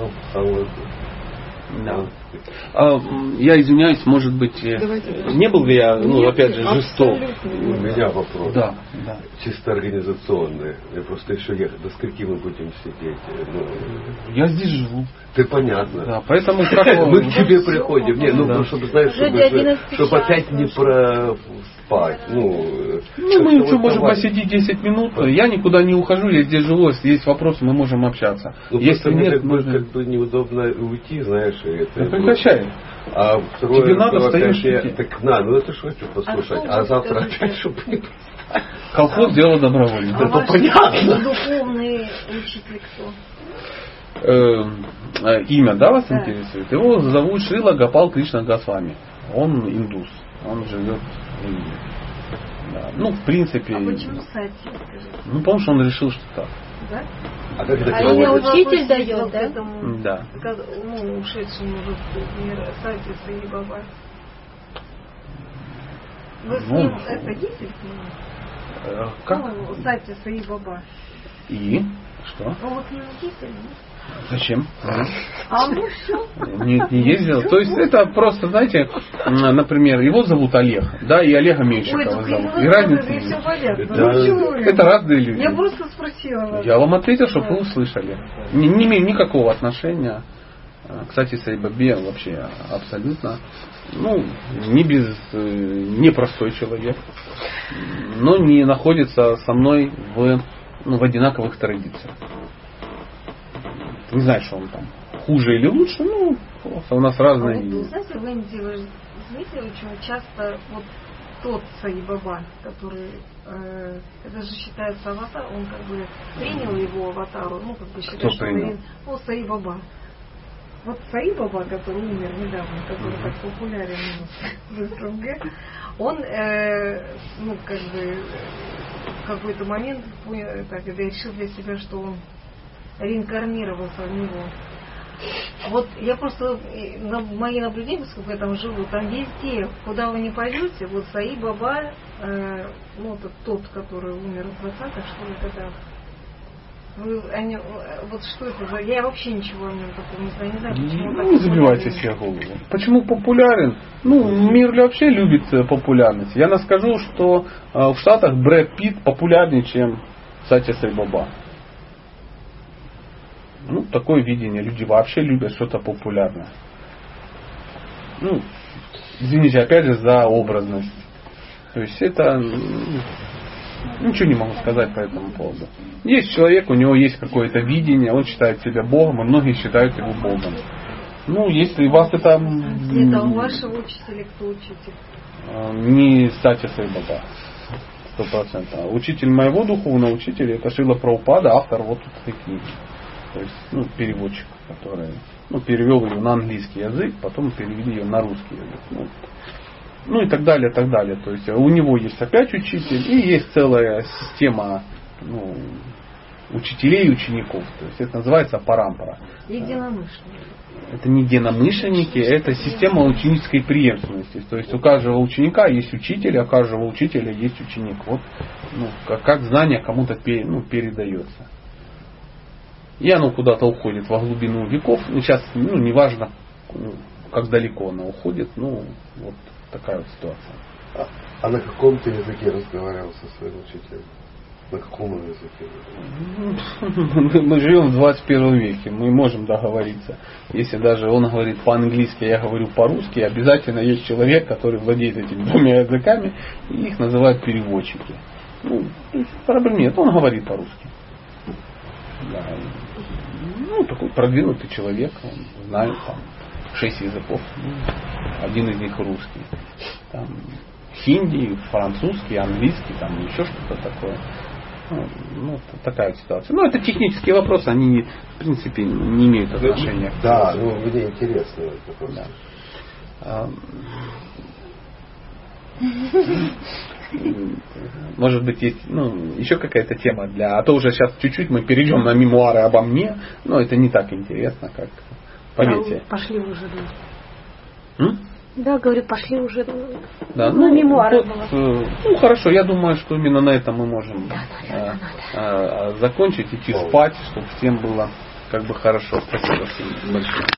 Да. Я извиняюсь, может быть, не был ли я, опять же, жесток? У меня вопрос. Да. Чисто организационный. Я просто еще ехать. До скольки мы будем сидеть? Я здесь живу. Ты понятно. Да, поэтому мы к тебе приходим. Не, чтобы, знаешь, чтобы опять не проспать. Мы еще можем посидеть 10 минут. Я никуда не ухожу, я здесь живу. Если есть вопросы, мы можем общаться. Если нет, как бы неудобно уйти, знаешь. Прекращай. А второе, тебе надо, встаешь. Так это ж хочу послушать. А завтра опять, чтобы не... Колхоз дело добровольно. Это понятно. Духовный учитель кто? Имя, да, вас интересует? Его зовут Шрила Гопал Кришна Госвами. Он индус. Он живет в Индии. Да. В принципе... А почему сати? Потому что он решил, что так. Да? А имя учитель дает, да? Да. Ушедшему в мир Сати Саи Баба. Вы с ним это ездили к нему? Как? Сати Саи Баба. И? Что? Вы к нему ездили? Зачем? Все. Нет, не ездил. То есть это просто, знаете, например, его зовут Олег, да, и Олега Меньшикова зовут. И разницы нет. Это разные люди. Я просто спросила. Я вам ответил, чтобы вы услышали. Не имею никакого отношения. Кстати, Саи-Бабе вообще абсолютно, непростой человек, но не находится со мной в одинаковых традициях. Не знаю, что он там хуже или лучше, просто у нас разные. Вы знаете, в Индии вы заметили, очень часто тот Саи-Баба, который это же считается аватар, он как бы принял его аватару, считает, что он Саи-Баба. Саи-Баба, который умер недавно, который так популярен в СНГ, он в какой-то момент решил для себя, что он реинкарнировался в него. Я просто, мои наблюдения, сколько я там живу, там везде, куда вы не пойдете, Саи-Баба, тот, который умер в 20-х, что ли, годах. Что это за... Я вообще ничего о нем такого не знаю, почему так. Не забивайте себе голову. Почему популярен? Мир вообще любит популярность. Я скажу, что в Штатах Брэд Питт популярнее, чем Сати Саи-Баба. Такое видение. Люди вообще любят что-то популярное. Извините, опять же, за образность. То есть это... Ничего не могу сказать по этому поводу. Есть человек, у него есть какое-то видение, он считает себя Богом, и многие считают его Богом. Если вас это... Это у вашего учителя кто учитель? Не Сати Саи-Баба. 100%. Учитель моего духовного учителя, это Шрила Прабхупада, автор этой книги. То есть, переводчик, который перевел ее на английский язык, потом перевели ее на русский язык. И так далее, так далее. То есть у него есть опять учитель, и есть целая система учителей и учеников. То есть это называется парампара. Единомышленники. Это не единомышленники, это система ученической преемственности. То есть у каждого ученика есть учитель, а у каждого учителя есть ученик. Как знание кому-то передается. И оно куда-то уходит во глубину веков. Сейчас, неважно, как далеко оно уходит, такая ситуация. А на каком ты языке разговаривал со своим учителем? На каком языке? Мы живем в 21 веке, мы можем договориться. Если даже он говорит по-английски, а я говорю по-русски, обязательно есть человек, который владеет этими двумя языками, и их называют переводчики. Проблем нет, он говорит по-русски. Да. Такой продвинутый человек, он знает 6 языков. Один из них русский. Хинди, французский, английский, еще что-то такое. Такая ситуация. Это технические вопросы, они в принципе не имеют отношения. Да, мне интересно это просто. Да. Может быть, есть еще какая-то тема а то уже сейчас чуть-чуть мы перейдем на мемуары обо мне, но это не так интересно, как поверьте. Пошли уже. Да, говорю, пошли уже. Да, мемуары было. Хорошо, я думаю, что именно на этом мы можем закончить, идти спать, чтобы всем было как бы хорошо. Спасибо всем большое.